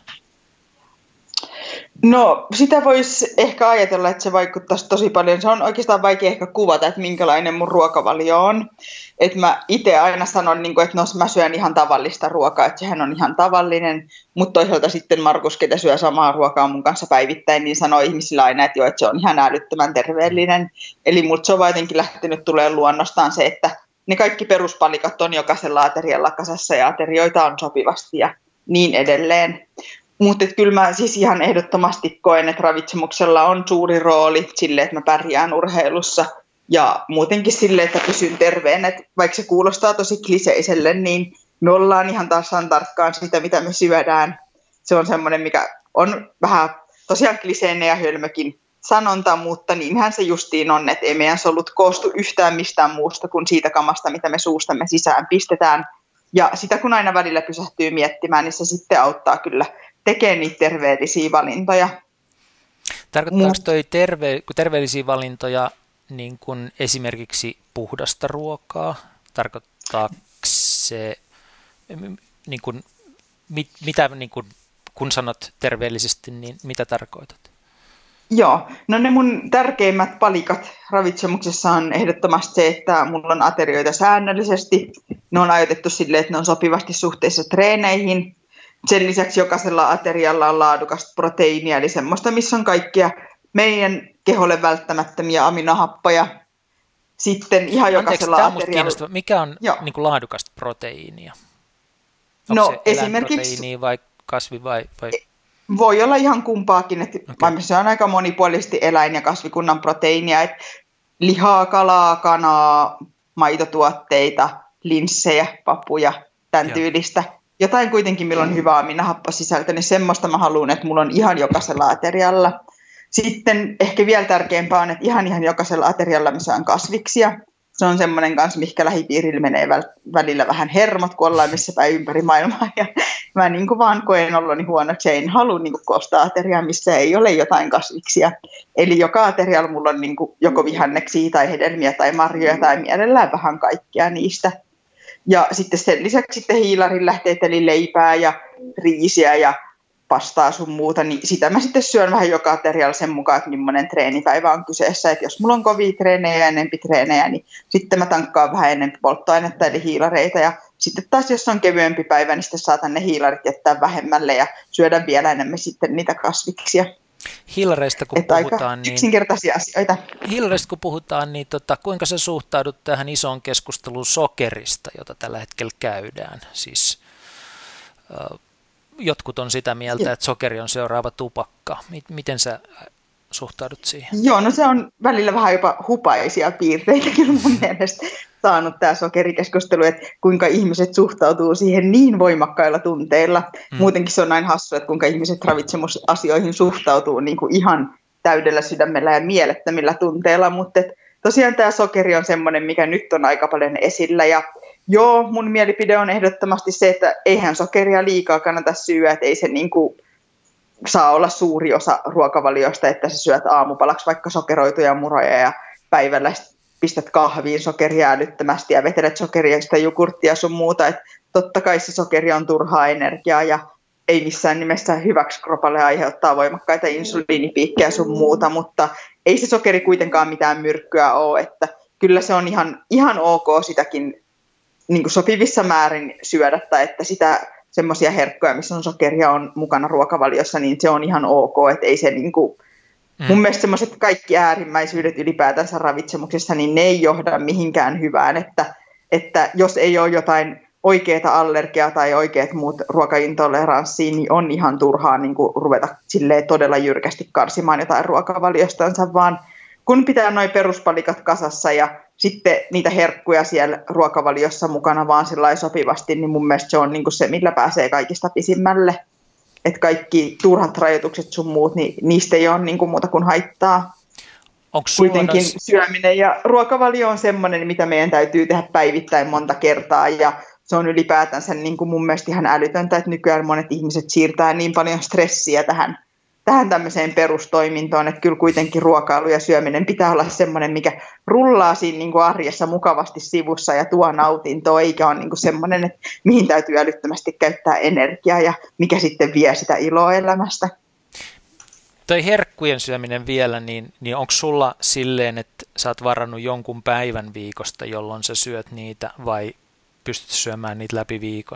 No sitä voisi ehkä ajatella, että se vaikuttaisi tosi paljon. Se on oikeastaan vaikea ehkä kuvata, että minkälainen mun ruokavalio on. Että mä itse aina sanon, että no mä syön ihan tavallista ruokaa, että sehän on ihan tavallinen. Mutta toisaalta sitten Markus, ketä syö samaa ruokaa mun kanssa päivittäin, niin sanoo ihmisille aina, että, jo, että se on ihan älyttömän terveellinen. Eli multa se on jotenkin lähtenyt tulemaan luonnostaan se, että ne kaikki peruspalikat on jokaisella aterialla kasassa ja aterioita on sopivasti ja niin edelleen. Mutta kyllä mä siis ihan ehdottomasti koen, että ravitsemuksella on suuri rooli sille, että mä pärjään urheilussa ja muutenkin sille, että pysyn terveen. Et vaikka se kuulostaa tosi kliseiselle, niin me ollaan ihan tasan tarkkaan sitä, mitä me syödään. Se on semmoinen, mikä on vähän tosiaan kliseinen ja hölmökin sanonta, mutta niinhän se justiin on, että ei meidän solut koostu yhtään mistään muusta kuin siitä kamasta, mitä me suustamme sisään pistetään. Ja sitä kun aina välillä pysähtyy miettimään, niin se sitten auttaa kyllä tekee niitä terveellisiä valintoja. Tarkoittaako toi terve, terveellisiä valintoja niin kuin esimerkiksi puhdasta ruokaa? Tarkoittaako se, niin kuin, mit, mitä, niin kuin, kun sanot terveellisesti, niin mitä tarkoitat? Joo, no ne mun tärkeimmät palikat ravitsemuksessa on ehdottomasti se, että mulla on aterioita säännöllisesti. Ne on ajoitettu silleen, että ne on sopivasti suhteessa treeneihin. Sen lisäksi jokaisella aterialla on laadukasta proteiinia, eli semmoista, missä on kaikkia meidän keholle välttämättömiä aminohappoja. Sitten ihan jokaisella Anteeksi, aterialla... Mikä on niin kuin laadukasta proteiinia? Onko no, se eläinproteiinia vai kasvi vai... vai... Voi olla ihan kumpaakin, että okay. Se on aika monipuolisesti eläin- ja kasvikunnan proteiinia, että lihaa, kalaa, kanaa, maitotuotteita, linssejä, papuja, tämän Joo. tyylistä. Jotain kuitenkin, millä on hyvä aminohapposisältö, niin semmoista mä haluan, että mulla on ihan jokaisella aterialla. Sitten ehkä vielä tärkeämpää on, että ihan ihan jokaisella aterialla mä syön kasviksia. Se on semmoinen kanssa, mihinkä lähipiirillä menee välillä vähän hermot, kun ollaan missä päin ympäri maailmaa. Ja mä niin kuin vaan koen olloni huonoksi ja en halua niin kuin koostaa ateriaa, missä ei ole jotain kasviksia. Eli joka aterialla mulla on niin kuin joko vihanneksia tai hedelmiä tai marjoja tai mielellään vähän kaikkea niistä. Ja sitten sen lisäksi sitten hiilarin lähteet, eli leipää ja riisiä ja pastaa sun muuta, niin sitä mä sitten syön vähän joka aterialla sen mukaan, että millainen treenipäivä on kyseessä. Että jos mulla on kovia treenejä ja enempi treenejä, niin sitten mä tankkaan vähän enempi polttoainetta, eli hiilareita. Ja sitten taas jos on kevyempi päivä, niin sitten saatan ne hiilarit jättää vähemmälle ja syödä vielä enemmän sitten niitä kasviksia. Hiilareista kun että puhutaan, niin, yksinkertaisia asioita. Hiilareista kun puhutaan, niin tota, kuinka sä suhtaudut tähän isoon keskusteluun sokerista, jota tällä hetkellä käydään? Siis, äh, jotkut on sitä mieltä, että sokeri on seuraava tupakka. Miten sä suhtaudut siihen? Joo, no se on välillä vähän jopa hupaisia piirteitä kyllä mun mielestä saanut tämä sokerikeskustelu, että kuinka ihmiset suhtautuu siihen niin voimakkailla tunteilla. Mm. Muutenkin se on näin hassu, että kuinka ihmiset ravitsemusasioihin suhtautuu niin kuin ihan täydellä sydämellä ja mielettömillä tunteilla, mutta tosiaan tämä sokeri on semmoinen, mikä nyt on aika paljon esillä ja joo, mun mielipide on ehdottomasti se, että eihän sokeria liikaa kannata syödä, että ei se niin kuin saa olla suuri osa ruokavaliosta, että sä syöt aamupalaksi vaikka sokeroituja muroja ja päivällä pistät kahviin sokeria älyttömästi ja vetelet sokeria ja jogurttia sun muuta. Et totta kai se sokeri on turhaa energiaa ja ei missään nimessä hyväksi kropalle aiheuttaa voimakkaita insuliinipiikkejä sun muuta, mutta ei se sokeri kuitenkaan mitään myrkkyä ole, että kyllä se on ihan, ihan ok sitäkin niin kuin sopivissa määrin syödä tai että sitä semmoisia herkkoja, missä on sokeria on mukana ruokavaliossa, niin se on ihan ok, että ei se niin kuin, mm. mun mielestä semmoiset kaikki äärimmäisyydet ylipäätänsä ravitsemuksessa, niin ne ei johda mihinkään hyvään, että, että jos ei ole jotain oikeaa allergiaa tai oikeat muut ruokaintoleranssiin, niin on ihan turhaa niin kuin ruveta silleen todella jyrkästi karsimaan jotain ruokavaliostansa, vaan kun pitää nuo peruspalikat kasassa ja sitten niitä herkkuja siellä ruokavaliossa mukana vaan sillä sopivasti, niin mun mielestä se on niin kuin se, millä pääsee kaikista pisimmälle. Että kaikki turhat rajoitukset sun muut, niin niistä ei ole niin kuin muuta kuin haittaa. Kuitenkin nois... syöminen ja ruokavalio on semmoinen, mitä meidän täytyy tehdä päivittäin monta kertaa. Ja se on ylipäätänsä niin kuin mun mielestä ihan älytöntä, että nykyään monet ihmiset siirtää niin paljon stressiä tähän, tähän tämmöiseen perustoimintoon, että kyllä kuitenkin ruokailu ja syöminen pitää olla semmoinen, mikä rullaa siinä niin kuin arjessa mukavasti sivussa ja tuo nautintoa, eikä ole niin kuin semmoinen, että mihin täytyy älyttömästi käyttää energiaa ja mikä sitten vie sitä iloa elämästä. Toi herkkujen syöminen vielä, niin, niin onko sulla silleen, että sä oot varannut jonkun päivän viikosta, jolloin sä syöt niitä, vai pystyt syömään niitä läpi viikon?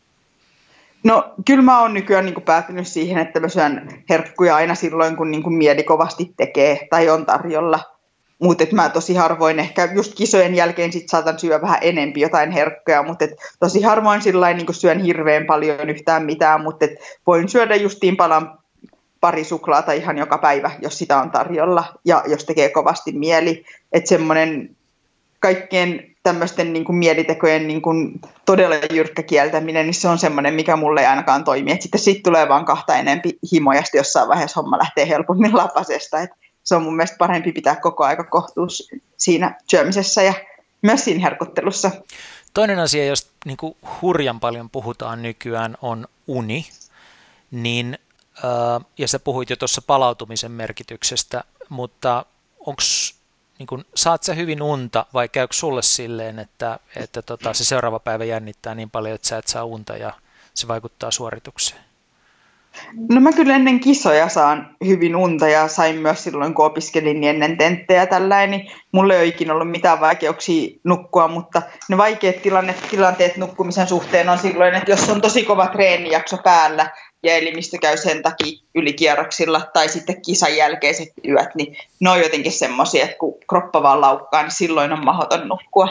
No kyllä mä oon nykyään niin kuin päätynyt siihen, että mä syön herkkuja aina silloin, kun niin kuin mieli kovasti tekee tai on tarjolla. Mutta mä tosi harvoin ehkä just kisojen jälkeen sit saatan syödä vähän enempi jotain herkkuja, mutta tosi harvoin sillain niin kuin syön hirveän paljon yhtään mitään, mutta voin syödä justiin palan pari suklaata ihan joka päivä, jos sitä on tarjolla ja jos tekee kovasti mieli. Että semmoinen kaikkien tämmöisten niin kuin mielitekojen niin kuin todella jyrkkä kieltäminen, niin se on semmoinen, mikä mulle ei ainakaan toimi. Et sitten siitä tulee vaan kahta enempi himoja, ja jossain vaiheessa homma lähtee helpommin lapasesta. Et se on mun mielestä parempi pitää koko aika kohtuus siinä syömisessä ja myös siinä herkuttelussa. Toinen asia, josta niin kuin hurjan paljon puhutaan nykyään, on uni. Niin, äh, ja sä puhuit jo tuossa palautumisen merkityksestä, mutta onko... Niin kun, saat sä hyvin unta vai käykö sulle silleen, että, että tota, se seuraava päivä jännittää niin paljon, että sä et saa unta ja se vaikuttaa suoritukseen? No mä kyllä ennen kisoja saan hyvin unta ja sain myös silloin, kun opiskelin niin ennen tenttejä tällainen, niin mulla ei ole ikinä ollut mitään vaikeuksia nukkua, mutta ne vaikeat tilanteet, tilanteet nukkumisen suhteen on silloin, että jos on tosi kova treenijakso päällä, ja elimistö käy sen takia ylikierroksilla tai sitten kisan jälkeiset yöt, niin ne on jotenkin semmoisia, että kun kroppa vaan laukkaa, niin silloin on mahdoton nukkua.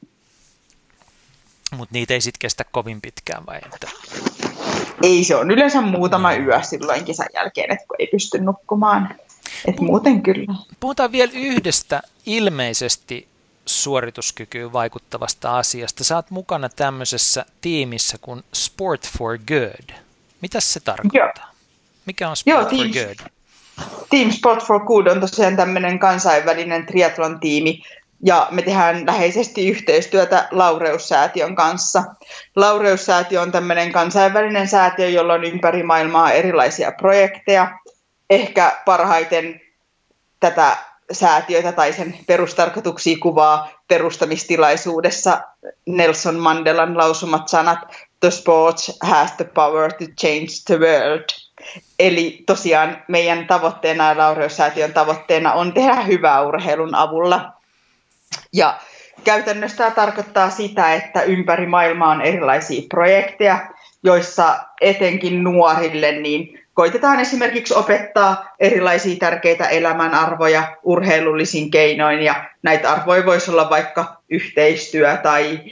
Mutta niitä ei sitten kestä kovin pitkään vai? Että... Ei, se on yleensä muutama yö silloin kisan jälkeen, että kun ei pysty nukkumaan. Että muuten kyllä. Puhutaan vielä yhdestä ilmeisesti suorituskykyyn vaikuttavasta asiasta. Sä oot mukana tämmöisessä tiimissä kuin Sport for Good. Mitäs se tarkoittaa? Joo. Mikä on Sport Joo, for team, Good? Team Sport for Good on tosiaan tämmöinen kansainvälinen triathlon-tiimi, ja me tehdään läheisesti yhteistyötä Laureus-säätiön kanssa. Laureus-säätiö on tämmöinen kansainvälinen säätiö, jolla on ympäri maailmaa erilaisia projekteja. Ehkä parhaiten tätä säätiötä tai sen perustarkoituksia kuvaa perustamistilaisuudessa Nelson Mandelan lausumat sanat "The sports has the power to change the world". Eli tosiaan meidän tavoitteena ja Laureus-säätiön tavoitteena on tehdä hyvää urheilun avulla. Ja käytännössä tämä tarkoittaa sitä, että ympäri maailmaa on erilaisia projekteja, joissa etenkin nuorille niin koitetaan esimerkiksi opettaa erilaisia tärkeitä elämänarvoja urheilullisin keinoin. Ja näitä arvoja voisi olla vaikka yhteistyö tai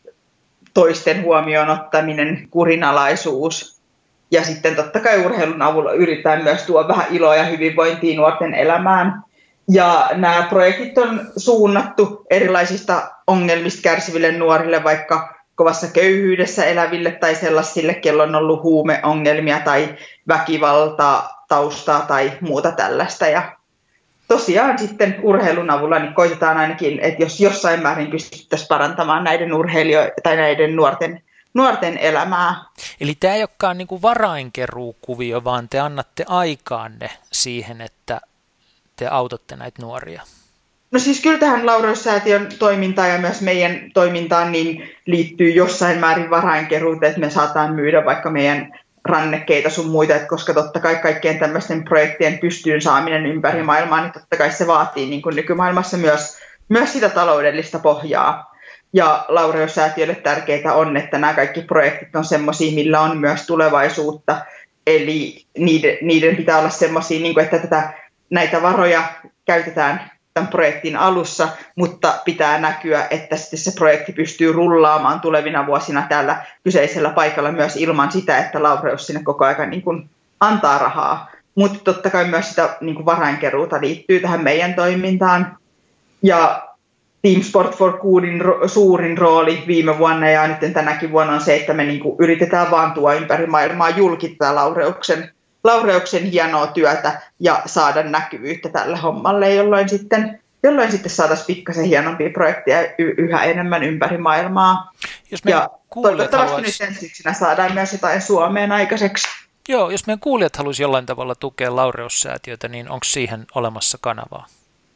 toisten huomioon ottaminen, kurinalaisuus. Ja sitten totta kai urheilun avulla yritetään myös tuoda vähän iloa ja hyvinvointia nuorten elämään. Ja nämä projektit on suunnattu erilaisista ongelmista kärsiville nuorille, vaikka kovassa köyhyydessä eläville tai sellaisille, kello on ollut huumeongelmia tai väkivaltaa, taustaa tai muuta tällaista. Ja tosiaan sitten urheilun avulla niin koitetaan ainakin, että jos jossain määrin pystyttäisiin parantamaan näiden urheilijoiden tai näiden nuorten, nuorten elämää. Eli tämä ei olekaan niin kuin varainkeruukuvio, vaan te annatte aikaanne siihen, että te autatte näitä nuoria. No siis kyllä tähän Laureus-säätiön toimintaan ja myös meidän toimintaan niin liittyy jossain määrin varainkeruuteen, että me saataan myydä vaikka meidän rannekkeita sun muita, että koska totta kai kaikkien tämmöisten projektien pystyyn saaminen ympäri maailmaa, niin totta kai se vaatii niin kuin nykymaailmassa myös, myös sitä taloudellista pohjaa. Ja Laureus-säätiölle tärkeää on, että nämä kaikki projektit on semmoisia, millä on myös tulevaisuutta, eli niiden, niiden pitää olla semmoisia, niin kuin että tätä, näitä varoja käytetään tämän projektin alussa, mutta pitää näkyä, että sitten se projekti pystyy rullaamaan tulevina vuosina täällä kyseisellä paikalla myös ilman sitä, että Laureus sinne koko ajan niin kuin antaa rahaa. mutta totta kai myös sitä niin kuin varainkeruuta liittyy tähän meidän toimintaan. Ja Team Sport for Goodin ro- suurin rooli viime vuonna ja nyt tänäkin vuonna on se, että me niin kuin yritetään vaan tuoda ympäri maailmaa julkittaa Laureuksen, Laureuksen hienoa työtä ja saada näkyvyyttä tälle hommalle, jolloin sitten, jolloin sitten saataisiin pikkasen hienompia projekteja y- yhä enemmän ympäri maailmaa. Ja toivottavasti haluais... nyt ensi syksynä saadaan myös jotain Suomeen aikaiseksi. Joo, jos meidän kuulijat haluaisi jollain tavalla tukea Laureus-säätiötä, niin onko siihen olemassa kanavaa?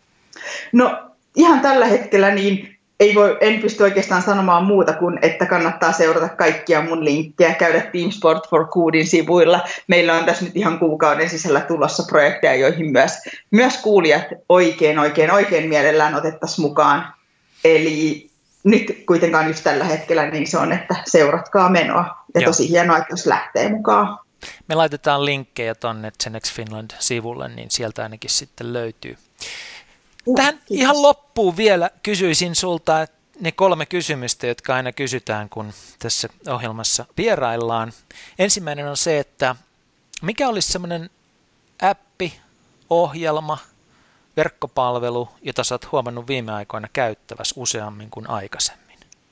No ihan tällä hetkellä niin ei voi, en pysty oikeastaan sanomaan muuta kuin, että kannattaa seurata kaikkia mun linkkejä, käydä Team Sport for Goodin sivuilla. Meillä on tässä nyt ihan kuukauden sisällä tulossa projekteja, joihin myös, myös kuulijat oikein, oikein, oikein mielellään otettaisiin mukaan. Eli nyt kuitenkaan just tällä hetkellä niin se on, että seuratkaa menoa. Ja Joo. tosi hienoa, että jos lähtee mukaan. Me laitetaan linkkejä tuonne Genex Finland-sivulle, niin sieltä ainakin sitten löytyy. Tähän uh, ihan loppuun vielä kysyisin sulta ne kolme kysymystä, jotka aina kysytään, kun tässä ohjelmassa vieraillaan. Ensimmäinen on se, että mikä olisi semmoinen appi, ohjelma, verkkopalvelu, jota sä oot huomannut viime aikoina käyttävässä useammin kuin aikaisemmin?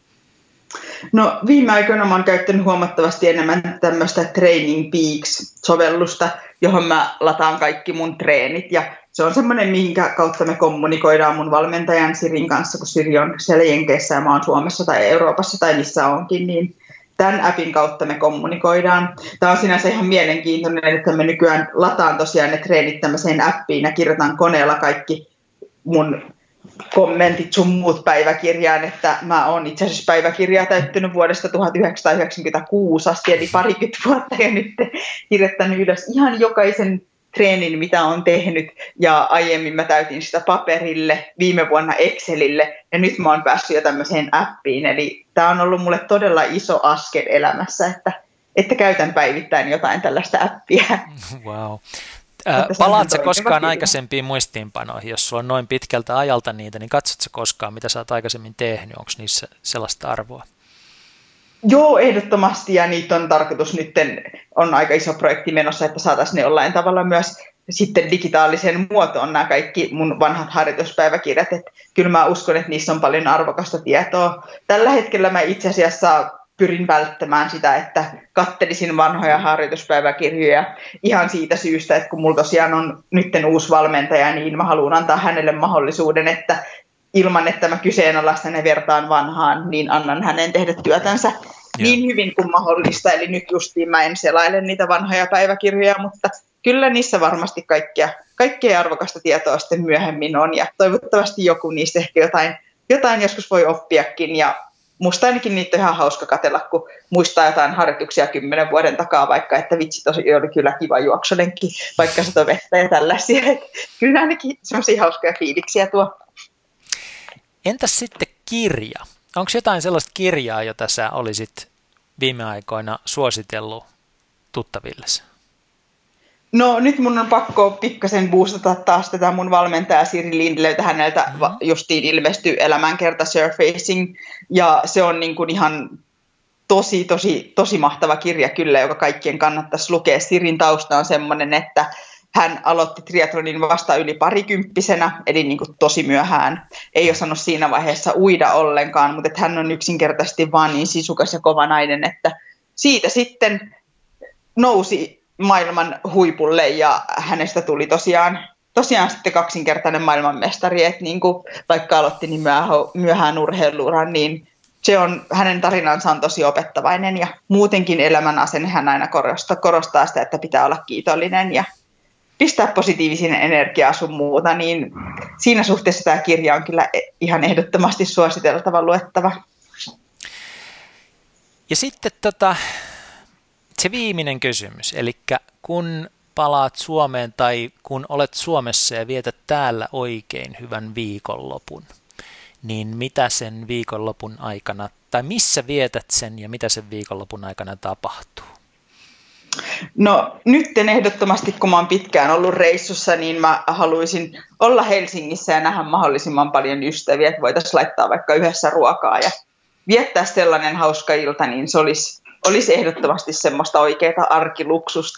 No viime aikoina mä oon käyttänyt huomattavasti enemmän tämmöistä Training Peaks-sovellusta, johon mä lataan kaikki mun treenit ja se on semmoinen, minkä kautta me kommunikoidaan mun valmentajan Sirin kanssa, kun Siri on siellä Jenkeissä ja mä oon Suomessa tai Euroopassa tai missä onkin, niin tämän appin kautta me kommunikoidaan. Tämä on sinänsä ihan mielenkiintoinen, että me nykyään lataan tosiaan ne treenit tämmöiseen appiin ja kirjoitan koneella kaikki mun kommentit sun muut päiväkirjaan, että mä oon itse asiassa päiväkirjaa täyttänyt vuodesta tuhatyhdeksänsataayhdeksänkymmentäkuusi asti, eli parikymmentä vuotta ja nyt kirjoittanut ylös ihan jokaisen treenin, mitä on tehnyt, ja aiemmin mä täytin sitä paperille, viime vuonna Excelille, ja nyt mä oon päässyt jo tämmöiseen appiin, eli tää on ollut mulle todella iso askel elämässä, että, että käytän päivittäin jotain tällaista appia. Wow. Äh, Palaatko koskaan kyllä. aikaisempiin muistiinpanoihin, jos sulla on noin pitkältä ajalta niitä, niin katsotko koskaan, mitä sä oot aikaisemmin tehnyt, onko niissä sellaista arvoa? Joo, ehdottomasti, ja niitä on tarkoitus nyt, on aika iso projekti menossa, että saataisiin ne jollain tavalla myös sitten digitaaliseen muotoon nämä kaikki mun vanhat harjoituspäiväkirjat, että kyllä mä uskon, että niissä on paljon arvokasta tietoa. Tällä hetkellä mä itse asiassa pyrin välttämään sitä, että kattelisin vanhoja harjoituspäiväkirjoja ihan siitä syystä, että kun mulla tosiaan on nytten uusi valmentaja, niin mä haluan antaa hänelle mahdollisuuden, että ilman, että mä kyseenalaistan ja vertaan vanhaan, niin annan hänen tehdä työtänsä yeah. niin hyvin kuin mahdollista. Eli nyt justiin mä en selaile niitä vanhoja päiväkirjoja, mutta kyllä niissä varmasti kaikkea, kaikkea arvokasta tietoa sitten myöhemmin on. Ja toivottavasti joku niistä ehkä jotain, jotain joskus voi oppiakin. Ja musta ainakin niitä on ihan hauska katsella, kun muistaa jotain harjoituksia kymmenen vuoden takaa, vaikka että vitsi tosi oli kyllä kiva juoksulenki, vaikka sato vettä ja tällaisia. Kyllä ainakin semmoisia hauskoja fiiliksiä tuo. Entäs sitten kirja? Onko jotain sellaista kirjaa, jota sä olisit viime aikoina suositellut tuttavillesi? No nyt mun on pakko pikkasen boostata taas tätä mun valmentaja Siri Lindelöitä. Häneltä mm-hmm. justiin ilmestyi Elämänkerta Surfacing. Ja se on niin kuin ihan tosi, tosi, tosi mahtava kirja kyllä, joka kaikkien kannattaisi lukea. Sirin tausta on semmoinen, että hän aloitti triathlonin vasta yli parikymppisenä, eli niin kuin tosi myöhään. Ei osannut siinä vaiheessa uida ollenkaan, mutta että hän on yksinkertaisesti vaan niin sisukas ja kova nainen, että siitä sitten nousi maailman huipulle ja hänestä tuli tosiaan, tosiaan sitten kaksinkertainen maailmanmestari, että niin kuin vaikka aloitti niin myöhään urheiluuran, niin se on, hänen tarinansa on tosi opettavainen ja muutenkin elämän asenne hän aina korostaa, korostaa sitä, että pitää olla kiitollinen ja pistää positiivisen energiaa sun muuta, niin siinä suhteessa tämä kirja on kyllä ihan ehdottomasti suositeltava luettava. Ja sitten tota, se viimeinen kysymys, eli kun palaat Suomeen tai kun olet Suomessa ja vietät täällä oikein hyvän viikonlopun, niin mitä sen viikonlopun aikana, tai missä vietät sen ja mitä sen viikonlopun aikana tapahtuu? No nyt ehdottomasti, kun mä oon pitkään ollut reissussa, niin mä haluaisin olla Helsingissä ja nähdä mahdollisimman paljon ystäviä, että voitaisiin laittaa vaikka yhdessä ruokaa ja viettää sellainen hauska ilta, niin se olisi, olisi ehdottomasti semmoista oikeaa arkiluksusta.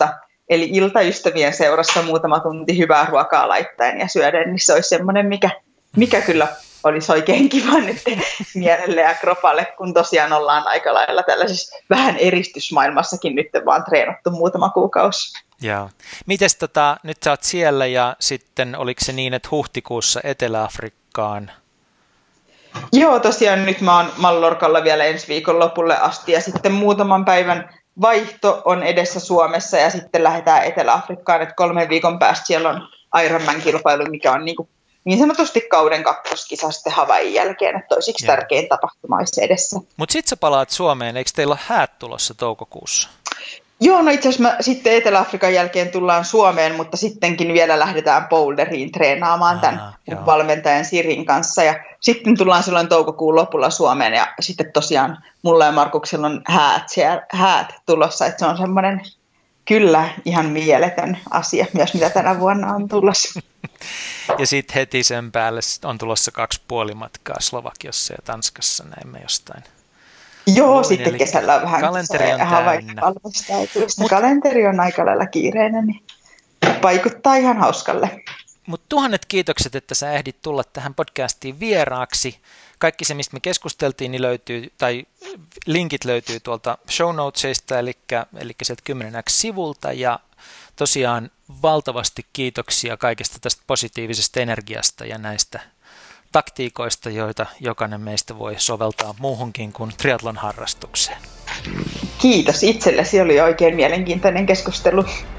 Eli iltaystävien seurassa muutama tunti hyvää ruokaa laittaen ja syöden, niin se olisi semmoinen, mikä, mikä kyllä olisi oikein kiva nyt mielelle ja kropalle, kun tosiaan ollaan aika lailla tällaisessa vähän eristysmaailmassakin nyt vaan treenattu muutama kuukausi. Joo. Mites tota, nyt sä oot siellä ja sitten oliko se niin, että huhtikuussa Etelä-Afrikkaan? Joo, tosiaan nyt mä oon Mallorcalla vielä ensi viikon lopulle asti ja sitten muutaman päivän vaihto on edessä Suomessa ja sitten lähdetään Etelä-Afrikkaan, että kolmen viikon päästä siellä on Ironman-kilpailu, mikä on niin, kuin, niin sanotusti kauden kakkoskisa sitten Havain jälkeen, että toisiksi Joo. tärkein tapahtuma olisi edessä. Mutta sitten sä palaat Suomeen, eikö teillä ole häät tulossa toukokuussa? Joo, no itse asiassa sitten Etelä-Afrikan jälkeen tullaan Suomeen, mutta sittenkin vielä lähdetään boulderiin treenaamaan Aa, tämän joo. valmentajan Sirin kanssa. Ja sitten tullaan silloin toukokuun lopulla Suomeen ja sitten tosiaan mulla ja Markuksella on häät, siellä, häät tulossa, että se on semmoinen kyllä ihan mieletön asia myös, mitä tänä vuonna on tulossa. Ja sitten heti sen päälle on tulossa kaksi puolimatkaa Slovakiassa ja Tanskassa, näemme jostain. Joo, Noin, sitten kesällä on vähän kalenteri on täynnä. Mut, kalenteri on aika lailla kiireinen, niin vaikuttaa ihan hauskalle. Mutta tuhannet kiitokset, että sä ehdit tulla tähän podcastiin vieraaksi. Kaikki se, mistä me keskusteltiin, niin löytyy, tai linkit löytyy tuolta show notesista, eli, eli sieltä kymmenen X-sivulta, ja tosiaan valtavasti kiitoksia kaikesta tästä positiivisesta energiasta ja näistä taktiikoista, joita jokainen meistä voi soveltaa muuhunkin kuin triathlon harrastukseen. Kiitos itsellesi, oli oikein mielenkiintoinen keskustelu.